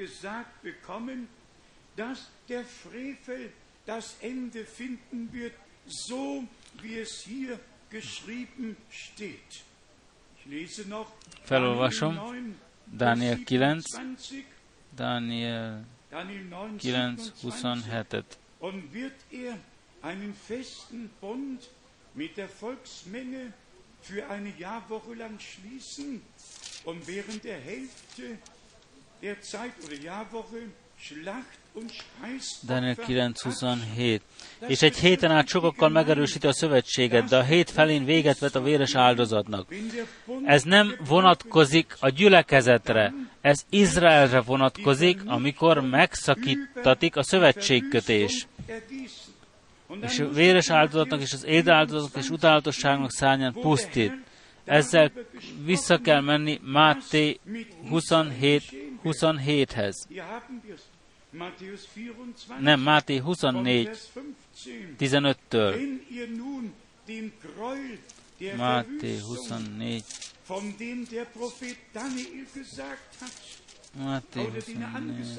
felolvasom, Dániel kilenc, Dániel kilenc huszonhetet. Und wird er einen festen Bund mit der Volksmenge für eine Jahrwoche lang schließen und während der Hälfte der Zeit oder Jahrwoche Schlacht und Speisopfer. Dániel kilenc huszonhét. És egy héten át sokakkal megerősíti a szövetséget, de a hét felén véget vet a véres áldozatnak. Ez nem vonatkozik a gyülekezetre, ez Izraelre vonatkozik, amikor megszakítatik a szövetségkötés. És a véres áldozatnak és az édeáldozatnak és utálatosságnak szárnyán pusztít. Ezzel vissza kell menni Máté huszonhét huszonhéthez. Nem, Máté huszonnégy tizenöttől. Máté huszonnégy. Máté huszonnégy.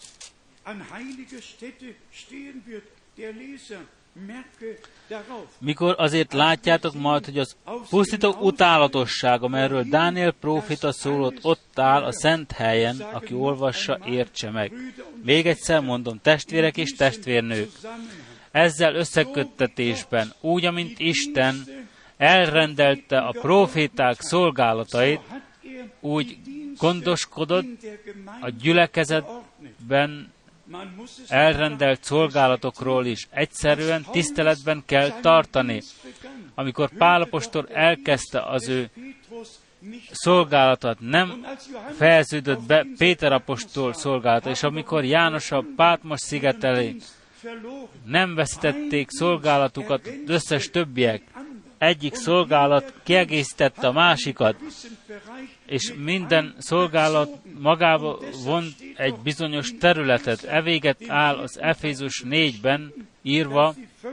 Mikor azért látjátok majd, hogy az pusztító utálatosság, amelyről Dániel prófita szólott, ott áll a szent helyen, aki olvassa, értse meg. Még egyszer mondom, testvérek és testvérnők, ezzel összeköttetésben, úgy, amint Isten elrendelte a próféták szolgálatait, úgy gondoskodott a gyülekezetben elrendelt szolgálatokról is. Egyszerűen tiszteletben kell tartani. Amikor Pál apostol elkezdte az ő szolgálatot, nem fejeződött be Péter apostol szolgálata, és amikor János a Pátmos szigeteli nem veszítették szolgálatukat az összes többiek, egyik szolgálat kiegészítette a másikat, és minden szolgálat magába vont egy bizonyos területet. Evéget áll az Efézus négyben írva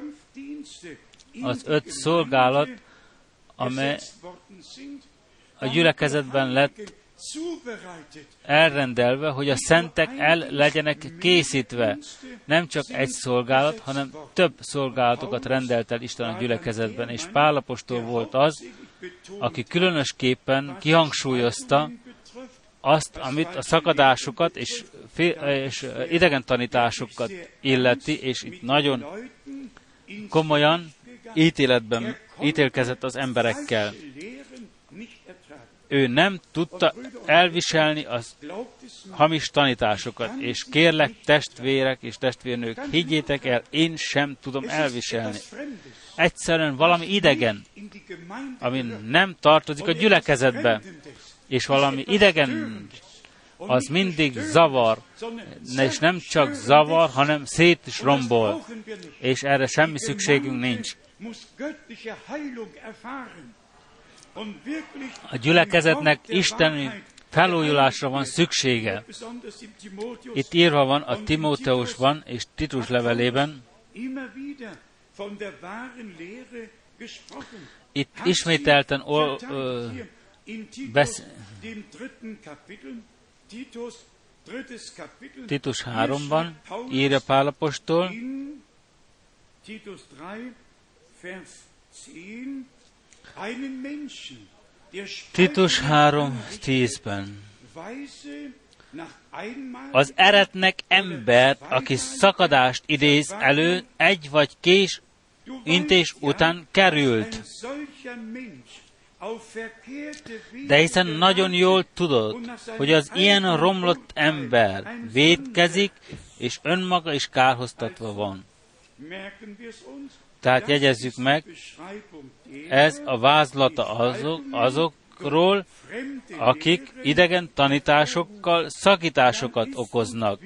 az öt szolgálat, amely a gyülekezetben lett elrendelve, hogy a szentek el legyenek készítve. Nem csak egy szolgálat, hanem több szolgálatokat rendelt el Isten a gyülekezetben, és Pál apostol volt az, aki különösképpen kihangsúlyozta azt, amit a szakadásokat és, és idegen tanításokat illeti, és itt nagyon komolyan ítéletben ítélkezett az emberekkel. Ő nem tudta elviselni az hamis tanításokat, és kérlek, testvérek és testvérnők, higgyétek el, én sem tudom elviselni. Egyszerűen valami idegen, ami nem tartozik a gyülekezetbe, és valami idegen, az mindig zavar, és nem csak zavar, hanem szét is rombol, és erre semmi szükségünk nincs. A gyülekezetnek isteni felújulásra van szüksége. Itt írva van a Timóteusban és Titus levelében, itt ismételten ol, ö, besz... Titus háromban írja Pál apostol, Titus három tízben. Az eretnek embert, aki szakadást idéz elő, egy vagy kés intés után került. De hiszen nagyon jól tudod, hogy az ilyen romlott ember vétkezik, és önmaga is kárhoztatva van. Tehát jegyezzük meg, ez a vázlata azok, azokról, akik idegen tanításokkal szakításokat okoznak.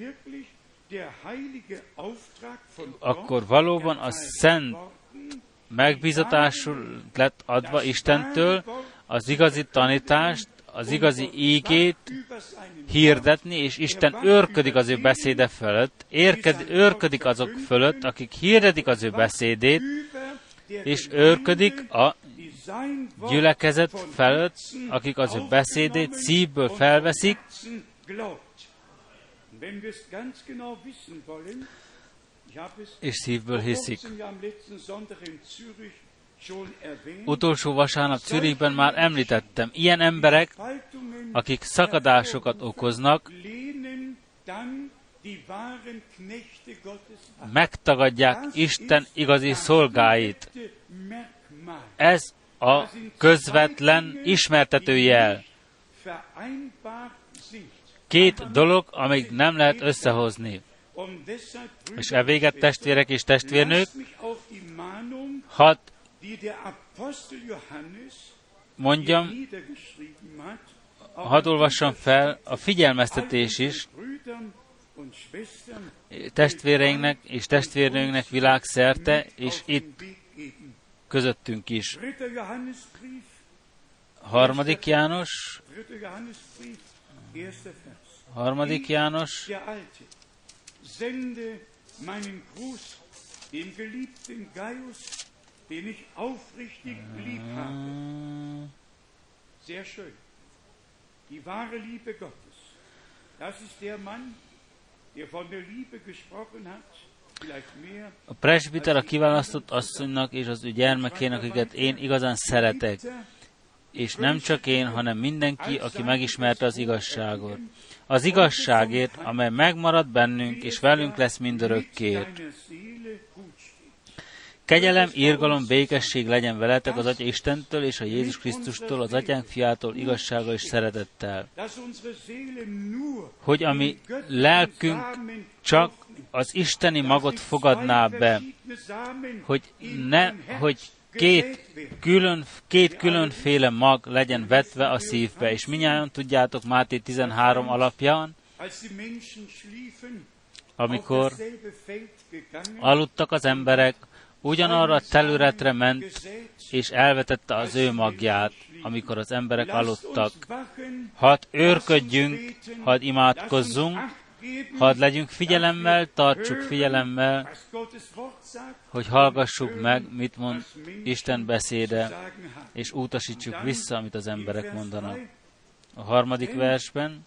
Akkor valóban a szent megbízatásul lett adva Istentől az igazi tanítást, az igazi ígét hirdetni, és Isten őrködik az ő beszéde fölött, érked, őrködik azok fölött, akik hirdetik az ő beszédét, és őrködik a gyülekezet felett, akik az ő beszédét szívből felveszik, és szívből hiszik. Utolsó vasárnap Zürichben már említettem, ilyen emberek, akik szakadásokat okoznak, megtagadják Isten igazi szolgáit. Ez a közvetlen ismertetőjel. Két dolog, amíg nem lehet összehozni. És e véget, testvérek és testvérnők, hadd mondjam, hadd olvassam fel a figyelmeztetés is testvéreinknek és testvérnőnknek világszerte, és itt közöttünk is. Harmadik János, harmadik János, Sende meinen Gruß dem geliebten Gaius, den ich aufrichtig lieb habe. Sehr schön. Die wahre Liebe Gottes. Das ist der Mann, der von der Liebe gesprochen hat. A presbiter a kiválasztott asszonynak és az ő gyermekének, akiket én igazán szeretek. És nem csak én, hanem mindenki, aki megismerte az igazságot. Az igazságért, amely megmarad bennünk, és velünk lesz mindörökkért. Kegyelem, irgalom, békesség legyen veletek az Atya Istentől és a Jézus Krisztustól, az Atyánk Fiától igazsággal és szeretettel. Hogy a mi lelkünk csak az isteni magot fogadná be, hogy ne, hogy két, külön, két különféle mag legyen vetve a szívbe, és mindnyájan tudjátok Máté tizenhárom alapján, amikor aludtak az emberek, ugyanarra a területre ment, és elvetette az ő magját, amikor az emberek aludtak. Hadd őrködjünk, hadd imádkozzunk, hadd legyünk figyelemmel, tartsuk figyelemmel, hogy hallgassuk meg, mit mond Isten beszéde, és utasítsuk vissza, amit az emberek mondanak. A harmadik versben,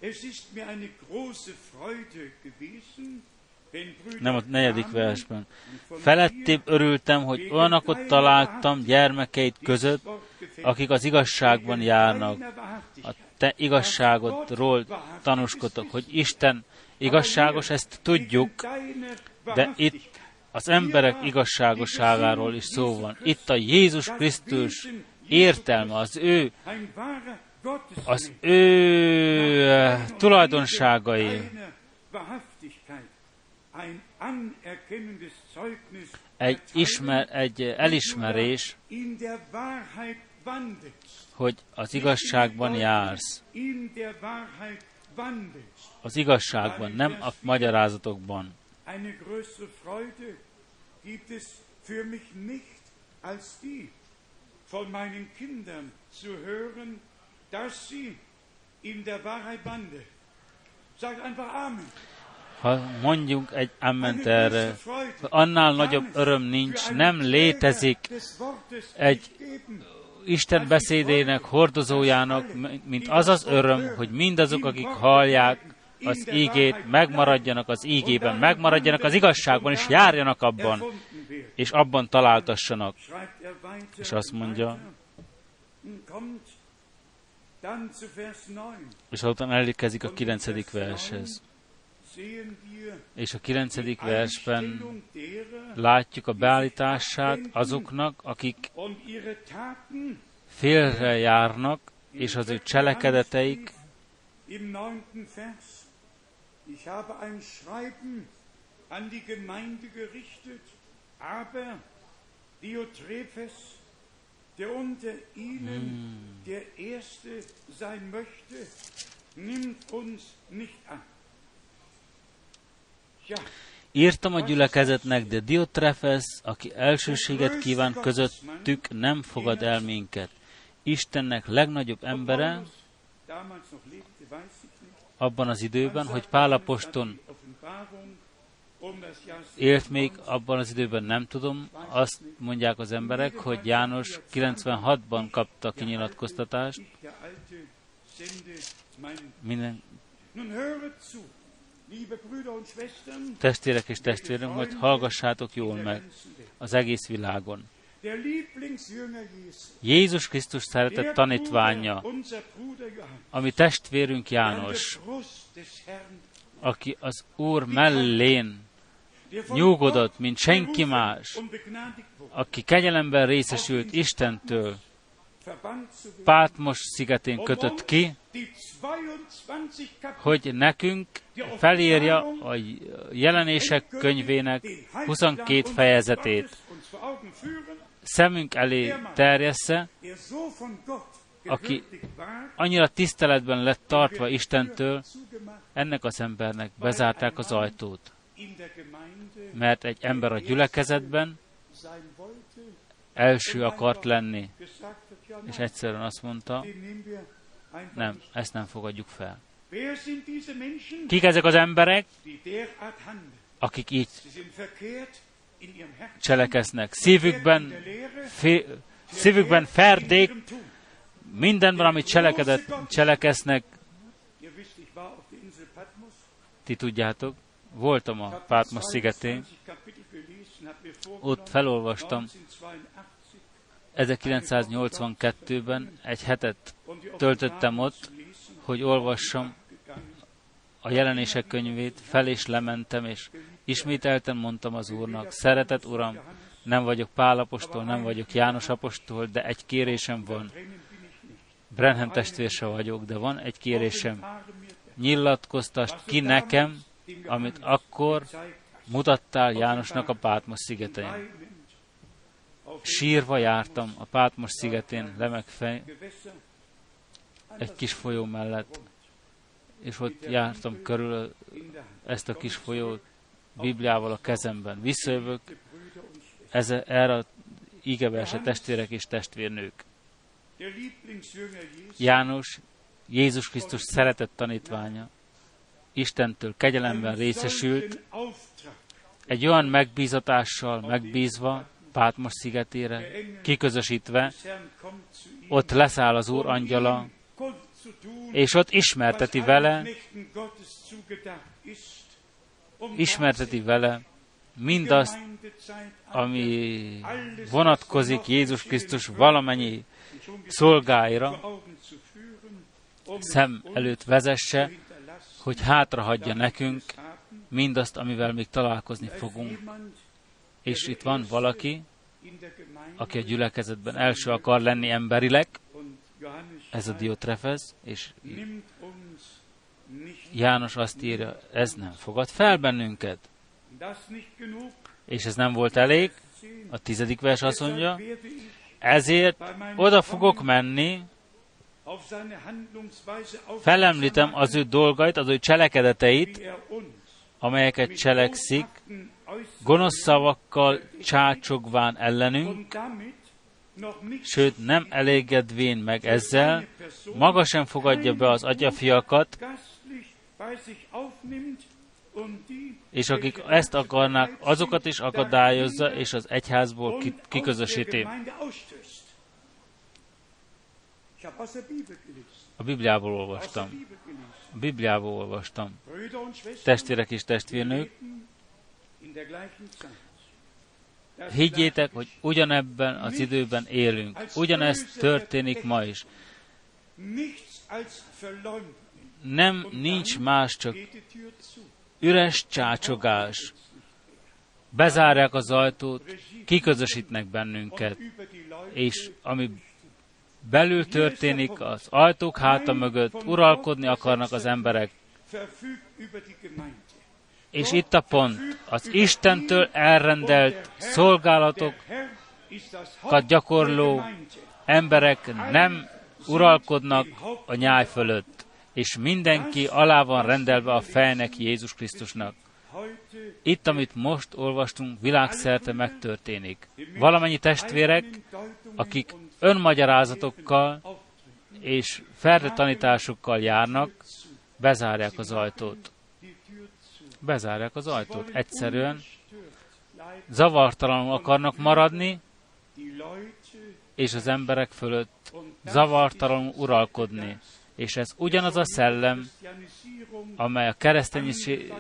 nem a negyedik versben. Felettébb örültem, hogy olyanokat találtam gyermekeit között, akik az igazságban járnak. A te igazságodról tanúskodok, hogy Isten igazságos, ezt tudjuk, de itt az emberek igazságosságáról is szó van. Itt a Jézus Krisztus értelme, az ő, az ő tulajdonságai, egy, ismer, egy elismerés, hogy az igazságban jársz. Az igazságban, nem a magyarázatokban. Ha mondjunk egy amment erre, annál nagyobb öröm nincs, nem létezik egy Isten beszédének, hordozójának, mint az az öröm, hogy mindazok, akik hallják az ígét, megmaradjanak az ígében, megmaradjanak az igazságban, és járjanak abban, és abban találtassanak. És azt mondja, és azután elérkezik a kilencedik vershez. És a kilencedik versben látjuk a beállítását azoknak, akik félre járnak, és az ő cselekedeteik im neunten Vers, ich habe ein Schreiben an die Gemeinde gerichtet, aber Diotrephes, der unter ihnen hmm. der Erste sein möchte, nimmt uns nicht an. Ja. Írtam a gyülekezetnek, de Diotrefes, aki elsőséget kíván közöttük, nem fogad el minket. Istennek legnagyobb embere abban az időben, hogy Pál apostol élt még, abban az időben nem tudom, azt mondják az emberek, hogy János kilencvenhatban kapta a kinyilatkoztatást. Minden testvérek és testvérem, hogy hallgassátok jól meg az egész világon. Jézus Krisztus szeretett tanítványa, ami testvérünk János, aki az Úr mellén nyugodott, mint senki más, aki kegyelemben részesült Istentől, Pátmos szigetén kötött ki, hogy nekünk felírja a Jelenések könyvének huszonkét fejezetét, szemünk elé terjessze, aki annyira tiszteletben lett tartva Istentől, ennek az embernek bezárták az ajtót, mert egy ember a gyülekezetben első akart lenni, és egyszerűen azt mondta, nem, ezt nem fogadjuk fel. Kik ezek az emberek, akik így cselekeznek? Szívükben, fi, szívükben ferdék, mindenben, amit cselekedett, cselekeznek. Ti tudjátok, voltam a Pátmos szigetén, ott felolvastam ezerkilencszáznyolcvankettőben, egy hetet töltöttem ott, hogy olvassam a Jelenések könyvét, fel és lementem, és ismételten mondtam az Úrnak, szeretett Uram, nem vagyok Pál apostol, nem vagyok János apostol, de egy kérésem van. Branham testvér se vagyok, de van egy kérésem. Nyilatkoztasd ki nekem, amit akkor mutattál Jánosnak a Pátmos szigetén. Sírva jártam a Pátmos szigetén, lemegfej, egy kis folyó mellett, és ott jártam körül ezt a kis folyót Bibliával a kezemben. Visszajövök ez, erre a ígeverse testvérek és testvérnők. János, Jézus Krisztus szeretett tanítványa, Istentől kegyelemben részesült, egy olyan megbízatással megbízva, Pátmos szigetére, kiközösítve, ott leszáll az Úr angyala, és ott ismerteti vele, ismerteti vele mindazt, ami vonatkozik Jézus Krisztus valamennyi szolgáira, szem előtt vezesse, hogy hátrahagyja nekünk mindazt, amivel még találkozni fogunk. És itt van valaki, aki a gyülekezetben első akar lenni emberileg, ez a Diotrefes, és János azt írja, ez nem fogad fel bennünket. És ez nem volt elég, a tizedik vers azt mondja, ezért oda fogok menni, felemlítem az ő dolgait, az ő cselekedeteit, amelyeket cselekszik, gonosz szavakkal csácsogván ellenünk, sőt nem elégedvén meg ezzel, maga sem fogadja be az atyafiakat, és akik ezt akarnák, azokat is akadályozza, és az egyházból kiközösíti. A Bibliából olvastam. A Bibliából olvastam. Testvérek és testvérnők, higgyétek, hogy ugyanebben az időben élünk. Ugyanezt történik ma is. Nem, nincs más, csak üres csácsogás. Bezárják az ajtót, kiközösítnek bennünket, és ami belül történik, az ajtók háta mögött uralkodni akarnak az emberek. És itt a pont, az Istentől elrendelt szolgálatokat gyakorló emberek nem uralkodnak a nyáj fölött, és mindenki alá van rendelve a fejnek, Jézus Krisztusnak. Itt, amit most olvastunk, világszerte megtörténik. Valamennyi testvérek, akik önmagyarázatokkal és ferdetanításokkal járnak, bezárják az ajtót. Bezárják az ajtót. Egyszerűen zavartalanul akarnak maradni, és az emberek fölött zavartalanul uralkodni. És ez ugyanaz a szellem, amely a keresztényiség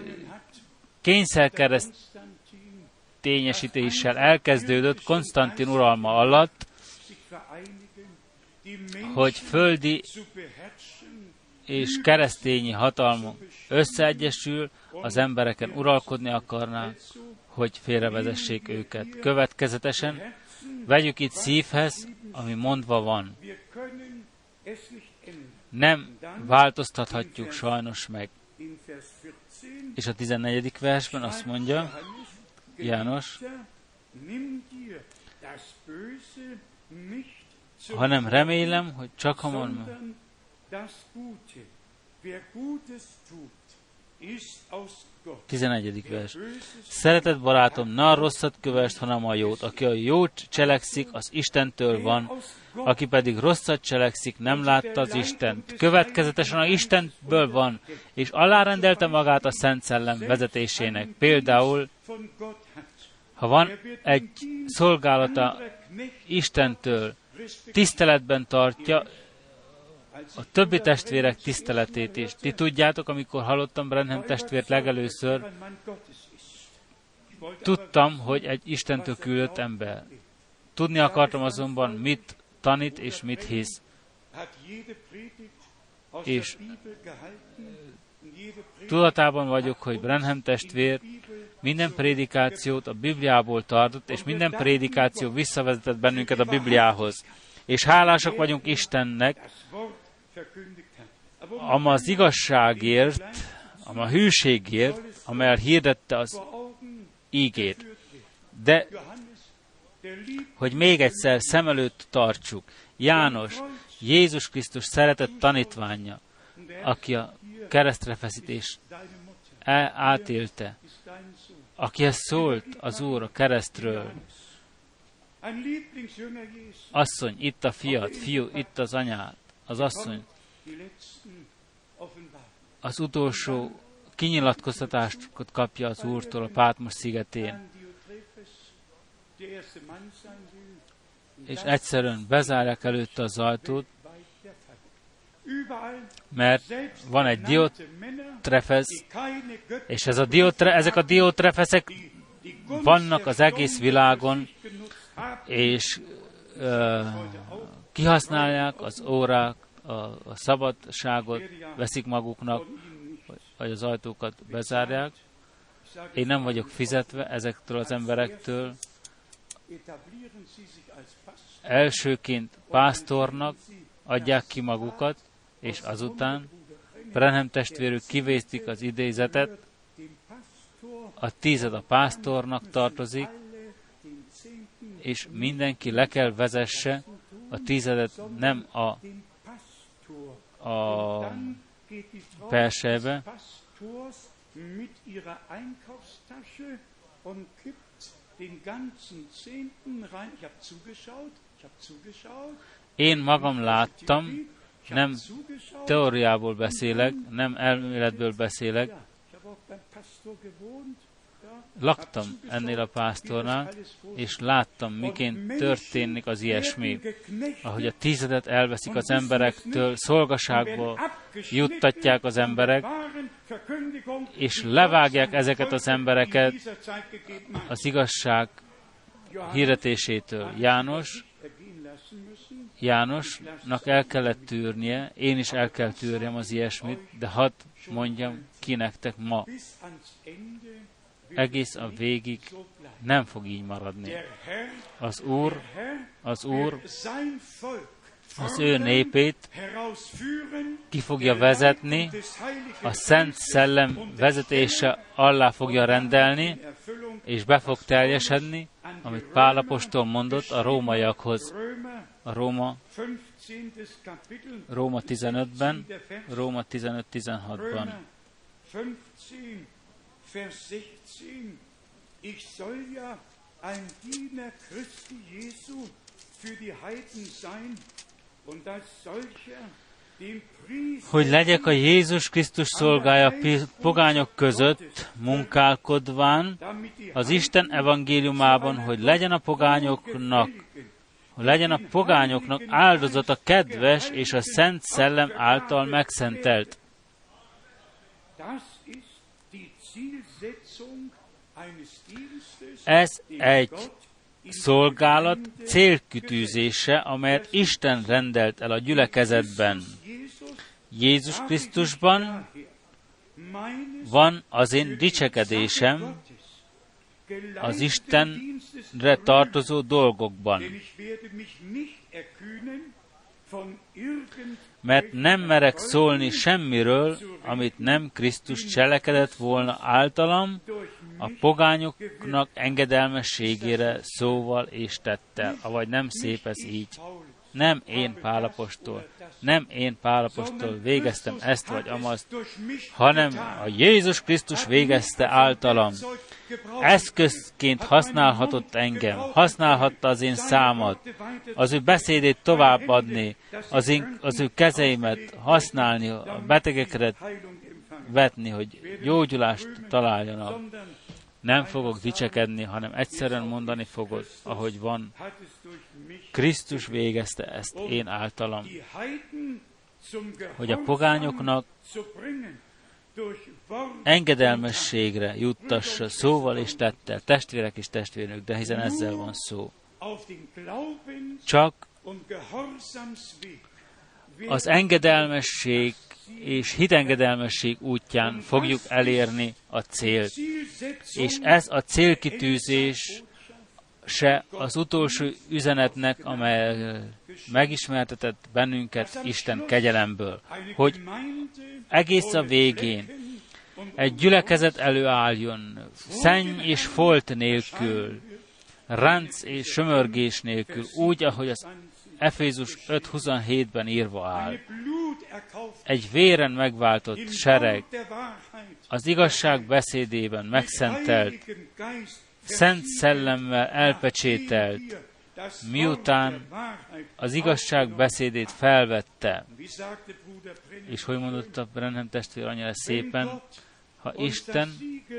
kényszerkeresztényesítéssel elkezdődött Konstantin uralma alatt, hogy földi és keresztényi hatalmuk összeegyesül, az embereken uralkodni akarnák, hogy félrevezessék őket. Következetesen vegyük itt szívhez, ami mondva van. Nem változtathatjuk sajnos meg. És a tizennegyedik versben azt mondja, János, hanem remélem, hogy csak hamar tizenegyedik vers. Szeretett barátom, ne a rosszat kövesd, hanem a jót. Aki a jót cselekszik, az Istentől van, aki pedig rosszat cselekszik, nem látta az Istent. Következetesen a Istenből van, és alárendelte magát a Szent Szellem vezetésének. Például, ha van egy szolgálata Istentől, tiszteletben tartja a többi testvérek tiszteletét is. Ti tudjátok, amikor hallottam Branham testvért legelőször, tudtam, hogy egy Istentől küldött ember. Tudni akartam azonban, mit tanít és mit hisz. És tudatában vagyok, hogy Branham testvér minden prédikációt a Bibliából tartott, és minden prédikáció visszavezetett bennünket a Bibliához. És hálásak vagyunk Istennek, ama az igazságért, ama a hűségért, amelyel hirdette az ígét. De, hogy még egyszer szem előtt tartsuk, János, Jézus Krisztus szeretett tanítványa, aki a keresztrefeszítést átélte, akihez szólt az Úr a keresztről. Asszony, itt a fiat, fiú, itt az anyád, az asszony. Az utolsó kinyilatkoztatást kapja az Úrtól a Pátmos szigetén. És egyszerűen bezárják előtte az ajtót, mert van egy Diotrefesz, és ez a diotre, ezek a Diotrefeszek vannak az egész világon, és uh, kihasználják az órák, a, a szabadságot, veszik maguknak, vagy az ajtókat bezárják. Én nem vagyok fizetve ezektől az emberektől. Elsőként pásztornak adják ki magukat, és azután Branham testvérük kivéztik az idézetet, a tízed a pásztornak tartozik, és mindenki le kell vezesse a tízedet nem a, a persejbe, én magam láttam, nem teóriából beszélek, nem elméletből beszélek, laktam ennél a pásztornál, és láttam, miként történik az ilyesmi. Ahogy a tízedet elveszik az emberektől, szolgaságba juttatják az emberek, és levágják ezeket az embereket az igazság hirdetésétől. János, Jánosnak el kellett tűrnie, én is el kell tűrjem az ilyesmit, de hadd mondjam ki nektek ma, egész a végig nem fog így maradni. Az Úr, az Úr az ő népét ki fogja vezetni, a Szent Szellem vezetése alá fogja rendelni, és be fog teljesedni, amit Pál apostol mondott a rómaiakhoz. A Róma, Róma tizenötben, Róma tizenöt tizenhatban. Ich soll ja ein Diener Christi Jesu für die Heiden sein, und als solcher den Priester, hogy legyek a Jézus Krisztus szolgája pogányok között munkálkodván az Isten evangéliumában, hogy legyen a pogányoknak, hogy legyen a pogányoknak áldozata kedves és a Szent Szellem által megszentelt. Ez egy szolgálat célkitűzése, amelyet Isten rendelt el a gyülekezetben. Jézus Krisztusban van az én dicsekedésem az Istenre tartozó dolgokban. Mert nem merek szólni semmiről, amit nem Krisztus cselekedett volna általam, a pogányoknak engedelmességére szóval és tettel. Avagy nem szép ez így. Nem én, Pál apostol, nem én, Pál apostol végeztem ezt vagy amazt, hanem a Jézus Krisztus végezte általam. Eszközként használhatott engem, használhatta az én számat, az ő beszédét továbbadni, az, én, az ő kezeimet használni, a betegekre vetni, hogy gyógyulást találjanak. Nem fogok dicsekedni, hanem egyszerűen mondani fogod, ahogy van. Krisztus végezte ezt én általam, hogy a pogányoknak engedelmességre juttassa szóval és tettel, testvérek és testvérnők, de hiszen ezzel van szó. Csak az engedelmesség és hitengedelmesség útján fogjuk elérni a célt. És ez a célkitűzés se az utolsó üzenetnek, amely megismertetett bennünket Isten kegyelemből, hogy egész a végén egy gyülekezet előálljon, szenny és folt nélkül, ránc és sömörgés nélkül, úgy, ahogy az Efézus öt huszonhétben írva áll. Egy véren megváltott sereg, az igazság beszédében megszentelt, Szent Szellemmel elpecsételt, miután az igazság beszédét felvette. És hogy mondott a Branham testvér annyira szépen, ha Isten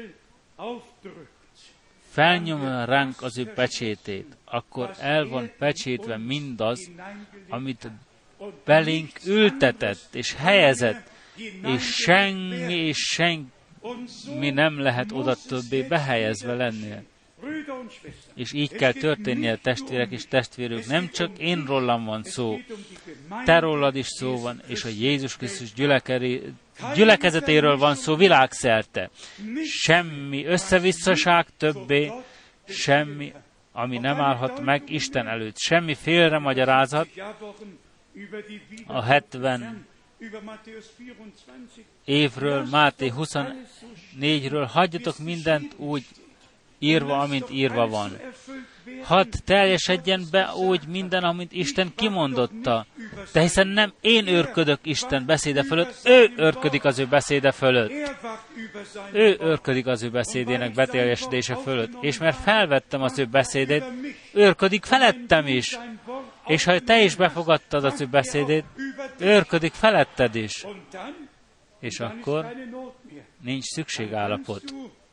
felnyomja ránk az ő pecsétét, akkor el van pecsétve mindaz, amit belénk ültetett és helyezett, és senki és senki nem lehet oda többé behelyezve lennie. És így kell történnie, testvérek és testvérök. Nem csak én rólam van szó, te rólad is szó van, és a Jézus Krisztus gyülekezetéről van szó világszerte. Semmi összevisszaság többé, semmi, ami nem állhat meg Isten előtt. Semmi félre magyarázat. A hetven évről, Máté huszonnégyről hagyjatok mindent úgy írva, amint írva van. Hadd teljesedjen be úgy minden, amint Isten kimondotta. De hiszen nem én őrködök Isten beszéde fölött, ő őrködik az ő beszéde fölött. Ő őrködik az ő beszédének beteljesedése fölött. És mert felvettem az ő beszédét, őrködik felettem is. És ha te is befogadtad az ő beszédét, őrködik feletted is. És akkor nincs szükségállapot.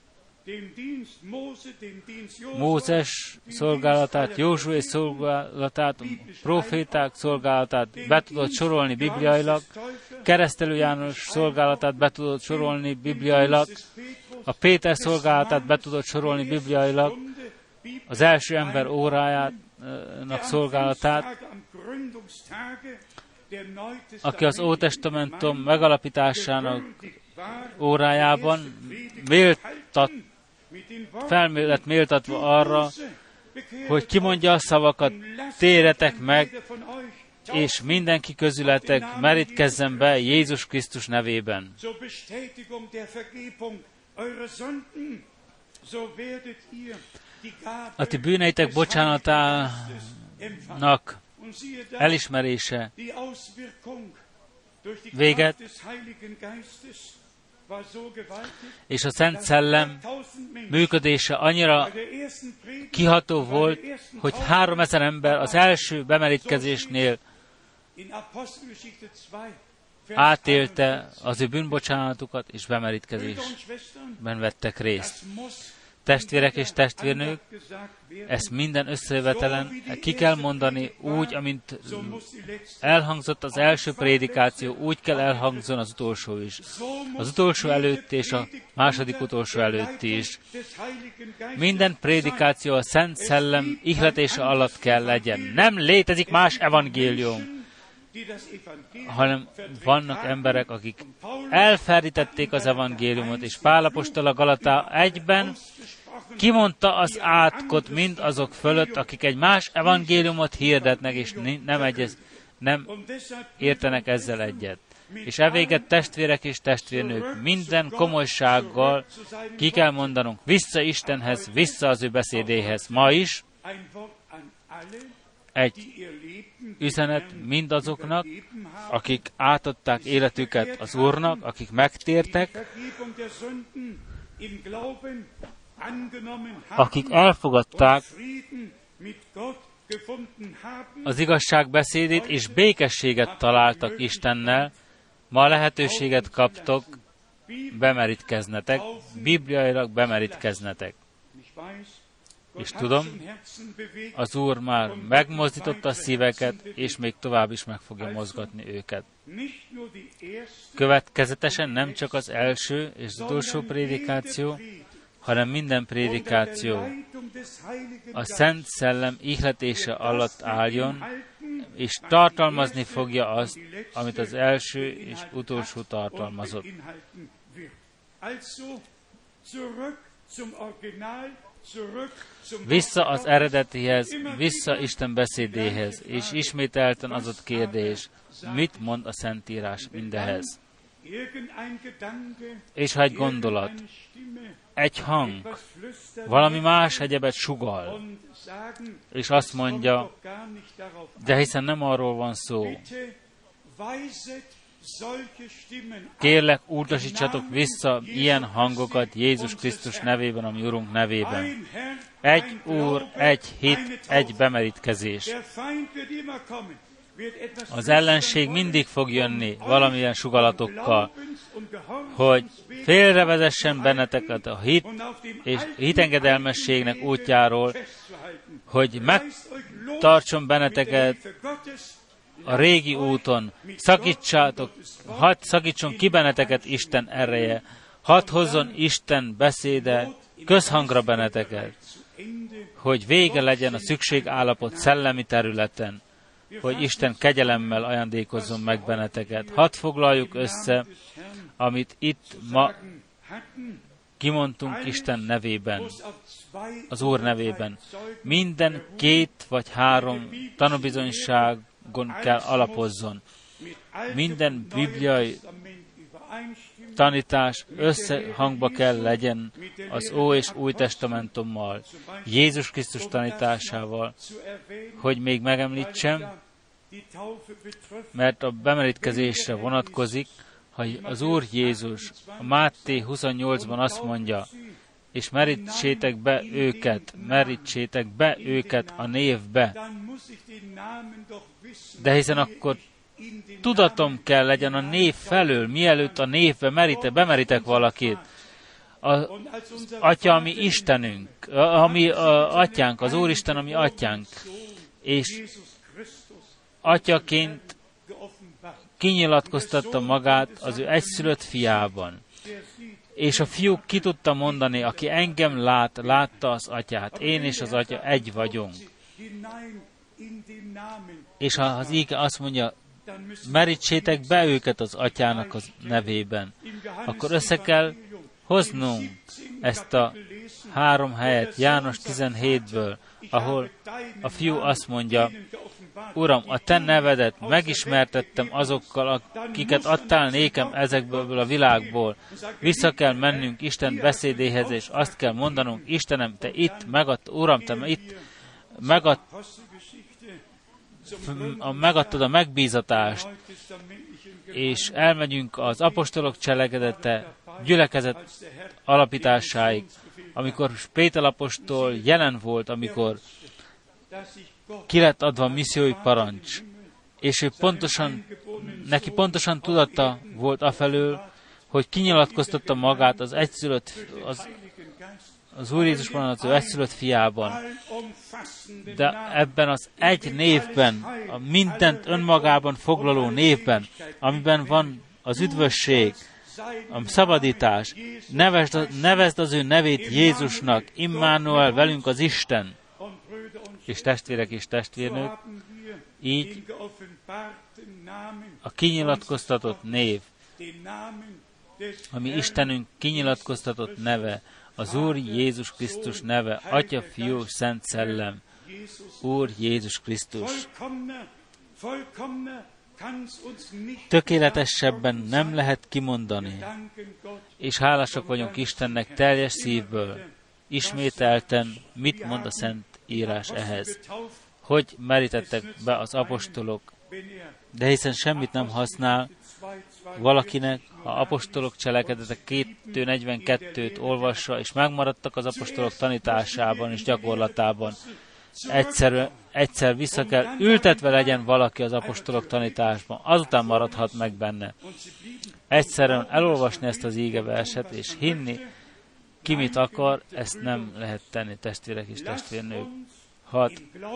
Mózes szolgálatát, Józsué szolgálatát, proféták szolgálatát be tudod sorolni bibliailag, Keresztelő János szolgálatát be tudod sorolni bibliailag, a Péter szolgálatát be tudod sorolni bibliailag, az első ember órájának szolgálatát, aki az Ótestamentum megalapításának órájában méltat, fel lett méltatva arra, hogy kimondja a szavakat, térjetek meg, és mindenki közületek merítkezzen be Jézus Krisztus nevében. A ti bűneitek bocsánatának elismerése véget, és a Szent Szellem működése annyira kiható volt, hogy háromezer ember az első bemerítkezésnél átélte az ő bűnbocsánatukat, és bemerítkezésben vettek részt. Testvérek és testvérnők, ezt minden összejövetelen ki kell mondani úgy, amint elhangzott az első prédikáció, úgy kell elhangzon az utolsó is. Az utolsó előtt és a második utolsó előtt is. Minden prédikáció a Szent Szellem ihletése alatt kell legyen. Nem létezik más evangélium, hanem vannak emberek, akik elferdítették az evangéliumot, és Pál apostol a Galatá egyben kimondta az átkot mind azok fölött, akik egy más evangéliumot hirdetnek, és nem, egyez, nem értenek ezzel egyet. És evéget testvérek és testvérnők, minden komolysággal ki kell mondanunk vissza Istenhez, vissza az ő beszédéhez. Ma is egy üzenet mindazoknak, akik átadták életüket az Úrnak, akik megtértek, akik elfogadták az igazság beszédét, és békességet találtak Istennel, ma lehetőséget kaptok, bemerítkeznetek, bibliailag bemerítkeznetek. És tudom, az Úr már megmozdította a szíveket, és még tovább is meg fogja mozgatni őket. Következetesen nem csak az első és az utolsó prédikáció, hanem minden prédikáció a Szent Szellem ihletése alatt álljon, és tartalmazni fogja azt, amit az első és utolsó tartalmazott. Vissza az eredetihez, vissza Isten beszédéhez, és ismételten az ott kérdés, mit mond a Szentírás mindehez. És ha egy gondolat, egy hang, valami más egyebet sugall, és azt mondja, de hiszen nem arról van szó. Kérlek, utasítsatok vissza ilyen hangokat Jézus Krisztus nevében, ami Urunk nevében. Egy Úr, egy hit, egy bemerítkezés. Az ellenség mindig fog jönni valamilyen sugalatokkal, hogy félrevezessen benneteket a hit és hitengedelmességnek útjáról, hogy megtartson benneteket a régi úton, szakítsátok, hadd szakítson ki benneteket Isten ereje, hadd hozzon Isten beszéde közhangra benneteket, hogy vége legyen a szükségállapot szellemi területen, hogy Isten kegyelemmel ajándékozzon meg benneteket. Hadd foglaljuk össze, amit itt ma kimondtunk Isten nevében, az Úr nevében. Minden két vagy három tanúbizonyságon kell alapozzon. Minden bibliai tanítás összehangba kell legyen az Ó és Új Testamentummal, Jézus Krisztus tanításával, hogy még megemlítsem, mert a bemerítkezésre vonatkozik, hogy az Úr Jézus a Máté huszonnyolcban azt mondja, és merítsétek be őket, merítsétek be őket a névbe. De hiszen akkor tudatom kell legyen a név felől, mielőtt a névbe merite, bemeritek valakit. Az Atya, ami Istenünk, ami a Atyánk, az Úristen, ami Atyánk. És Atyaként kinyilatkoztatta magát az ő egyszülött fiában. És a fiú ki tudta mondani, aki engem lát, látta az Atyát. Én és az Atya egy vagyunk. És ha az íge azt mondja, merítsétek be őket az Atyának az nevében, akkor össze kell hoznunk ezt a három helyet János tizenhétből, ahol a fiú azt mondja, Uram, a Te nevedet megismertettem azokkal, akiket adtál nékem ezekből a világból. Vissza kell mennünk Isten beszédéhez, és azt kell mondanunk, Istenem, Te itt megad, Uram, Te itt megad, megadtad a megbízatást, és elmegyünk az apostolok cselekedete, gyülekezet alapításáig, amikor Péter apostol jelen volt, amikor ki lett adva missziói parancs, és ő pontosan, neki pontosan tudata volt afelől, hogy kinyilatkoztatta magát az egyszülött, az, az Úr Jézusban, az ő egyszülött fiában. De ebben az egy névben, a mindent önmagában foglaló névben, amiben van az üdvösség, a szabadítás, nevezd, nevezd az ő nevét Jézusnak, Immanuel, velünk az Isten. És testvérek és testvérnők, így a kinyilatkoztatott név, ami Istenünk kinyilatkoztatott neve, az Úr Jézus Krisztus neve, Atya, Fiú, Szent Szellem, Úr Jézus Krisztus. Tökéletesebben nem lehet kimondani, és hálásak vagyunk Istennek teljes szívből. Ismételten, mit mond a Szent Írás ehhez? Hogy merítettek be az apostolok, de hiszen semmit nem használ valakinek, ha apostolok cselekedetek kettő negyvenkettőt olvassa, és megmaradtak az apostolok tanításában és gyakorlatában. Egyszer, egyszer vissza kell, ültetve legyen valaki az apostolok tanításban, azután maradhat meg benne. Egyszerűen elolvasni ezt az ígeverset, és hinni, ki mit akar, ezt nem lehet tenni, testvérek és testvérnők. Hadd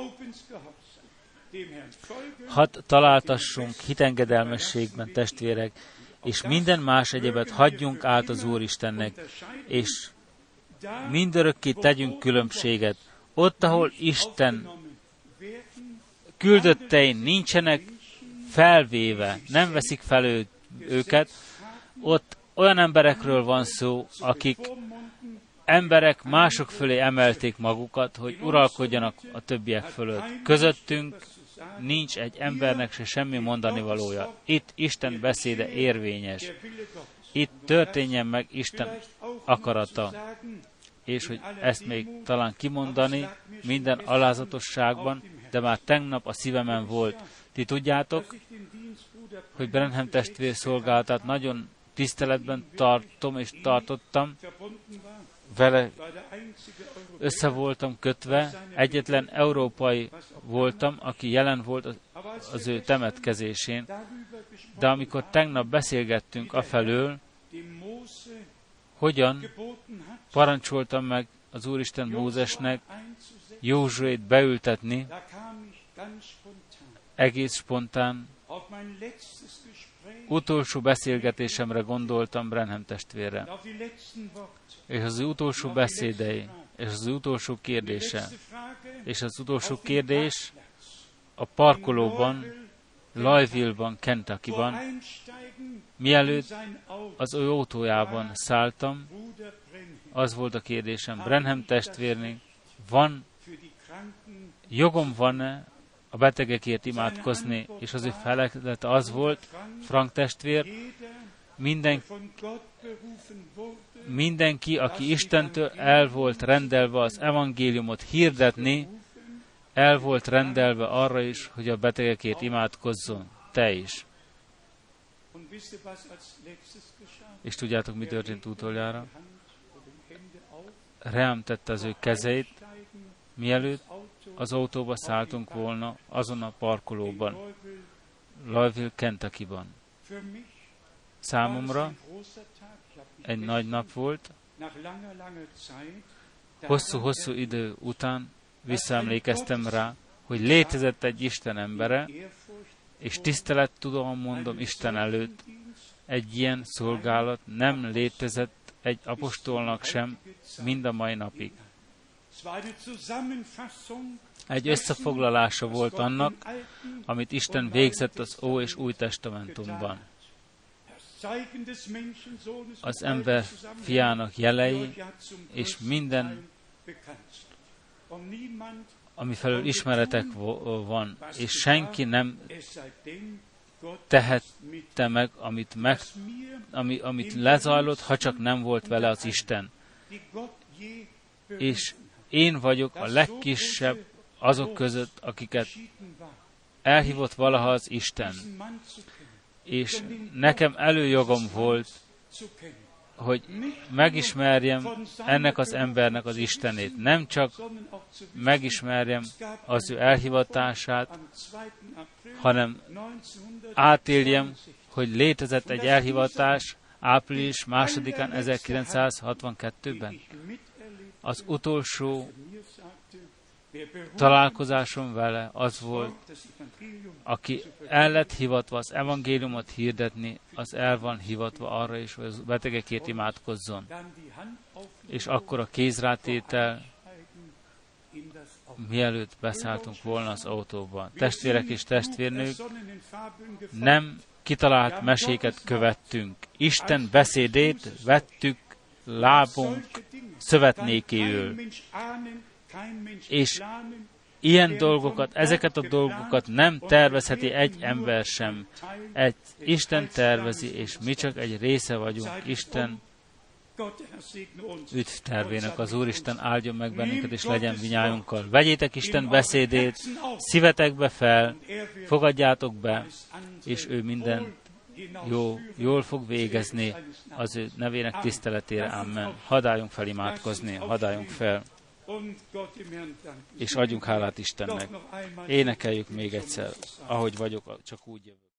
had találtassunk hitengedelmességben, testvérek, és minden más egyebet hagyjunk át az Úristennek, és mindörökké tegyünk különbséget. Ott, ahol Isten küldöttei nincsenek felvéve, nem veszik fel ő, őket, ott olyan emberekről van szó, akik emberek mások fölé emelték magukat, hogy uralkodjanak a többiek fölött. Közöttünk nincs egy embernek se semmi mondani valója. Itt Isten beszéde érvényes. Itt történjen meg Isten akarata. És hogy ezt még talán kimondani minden alázatosságban, de már tegnap a szívemen volt. Ti tudjátok, hogy Branham testvér szolgálatát nagyon tiszteletben tartom és tartottam, vele össze voltam kötve, egyetlen európai voltam, aki jelen volt az ő temetkezésén, de amikor tegnap beszélgettünk afelől, hogyan parancsoltam meg az Úristen Mózesnek Józsuét beültetni, egész spontán, utolsó beszélgetésemre gondoltam Branham testvérre, és az utolsó beszédei, és az utolsó kérdése, és az utolsó kérdés a parkolóban, Louisville-ban, Kentucky-ban, mielőtt az ő autójában szálltam, az volt a kérdésem, Branham testvérnek, van, jogom van-e a betegekért imádkozni, és az ő feladata az volt, Frank testvér, minden, mindenki, aki Istentől el volt rendelve az evangéliumot hirdetni, el volt rendelve arra is, hogy a betegekért imádkozzon. Te is. És tudjátok, mi történt utoljára? Rám tette az ő kezeit, mielőtt az autóba szálltunk volna azon a parkolóban, Louisville, Kentucky-ban. Számomra egy nagy nap volt, hosszú-hosszú idő után visszaemlékeztem rá, hogy létezett egy Isten embere, és tisztelettudóan mondom Isten előtt, egy ilyen szolgálat nem létezett egy apostolnak sem mind a mai napig. Egy összefoglalása volt annak, amit Isten végzett az Ó és Új Testamentumban. Az ember fiának jelei, és minden ami felől ismeretek van, és senki nem tehette meg, amit, meg, ami, amit lezajlott, ha csak nem volt vele az Isten. És én vagyok a legkisebb azok között, akiket elhívott valaha az Isten. És nekem előjogom volt, hogy megismerjem ennek az embernek az Istenét. Nem csak megismerjem az ő elhivatását, hanem átéljem, hogy létezett egy elhivatás április másodikán ezerkilencszázhatvankettőben. Az utolsó találkozásom vele az volt, aki el lett hivatva az evangéliumot hirdetni, az el van hivatva arra is, hogy a betegekért imádkozzon. És akkor a kézrátétel, mielőtt beszálltunk volna az autóba. Testvérek és testvérnők, nem kitalált meséket követtünk. Isten beszédét vettük lábunk szövetnékéül. És ilyen dolgokat, ezeket a dolgokat nem tervezheti egy ember sem. Egy Isten tervezi, és mi csak egy része vagyunk Isten üdv tervének. Az Úristen áldjon meg bennünket, és legyen vinyájunkkal. Vegyétek Isten beszédét szívetekbe fel, fogadjátok be, és ő mindent jó, jól fog végezni az ő nevének tiszteletére. Amen. Hadd álljunk fel imádkozni, hadd álljunk fel, és adjunk hálát Istennek. Énekeljük még egyszer, ahogy vagyok, csak úgy jövök.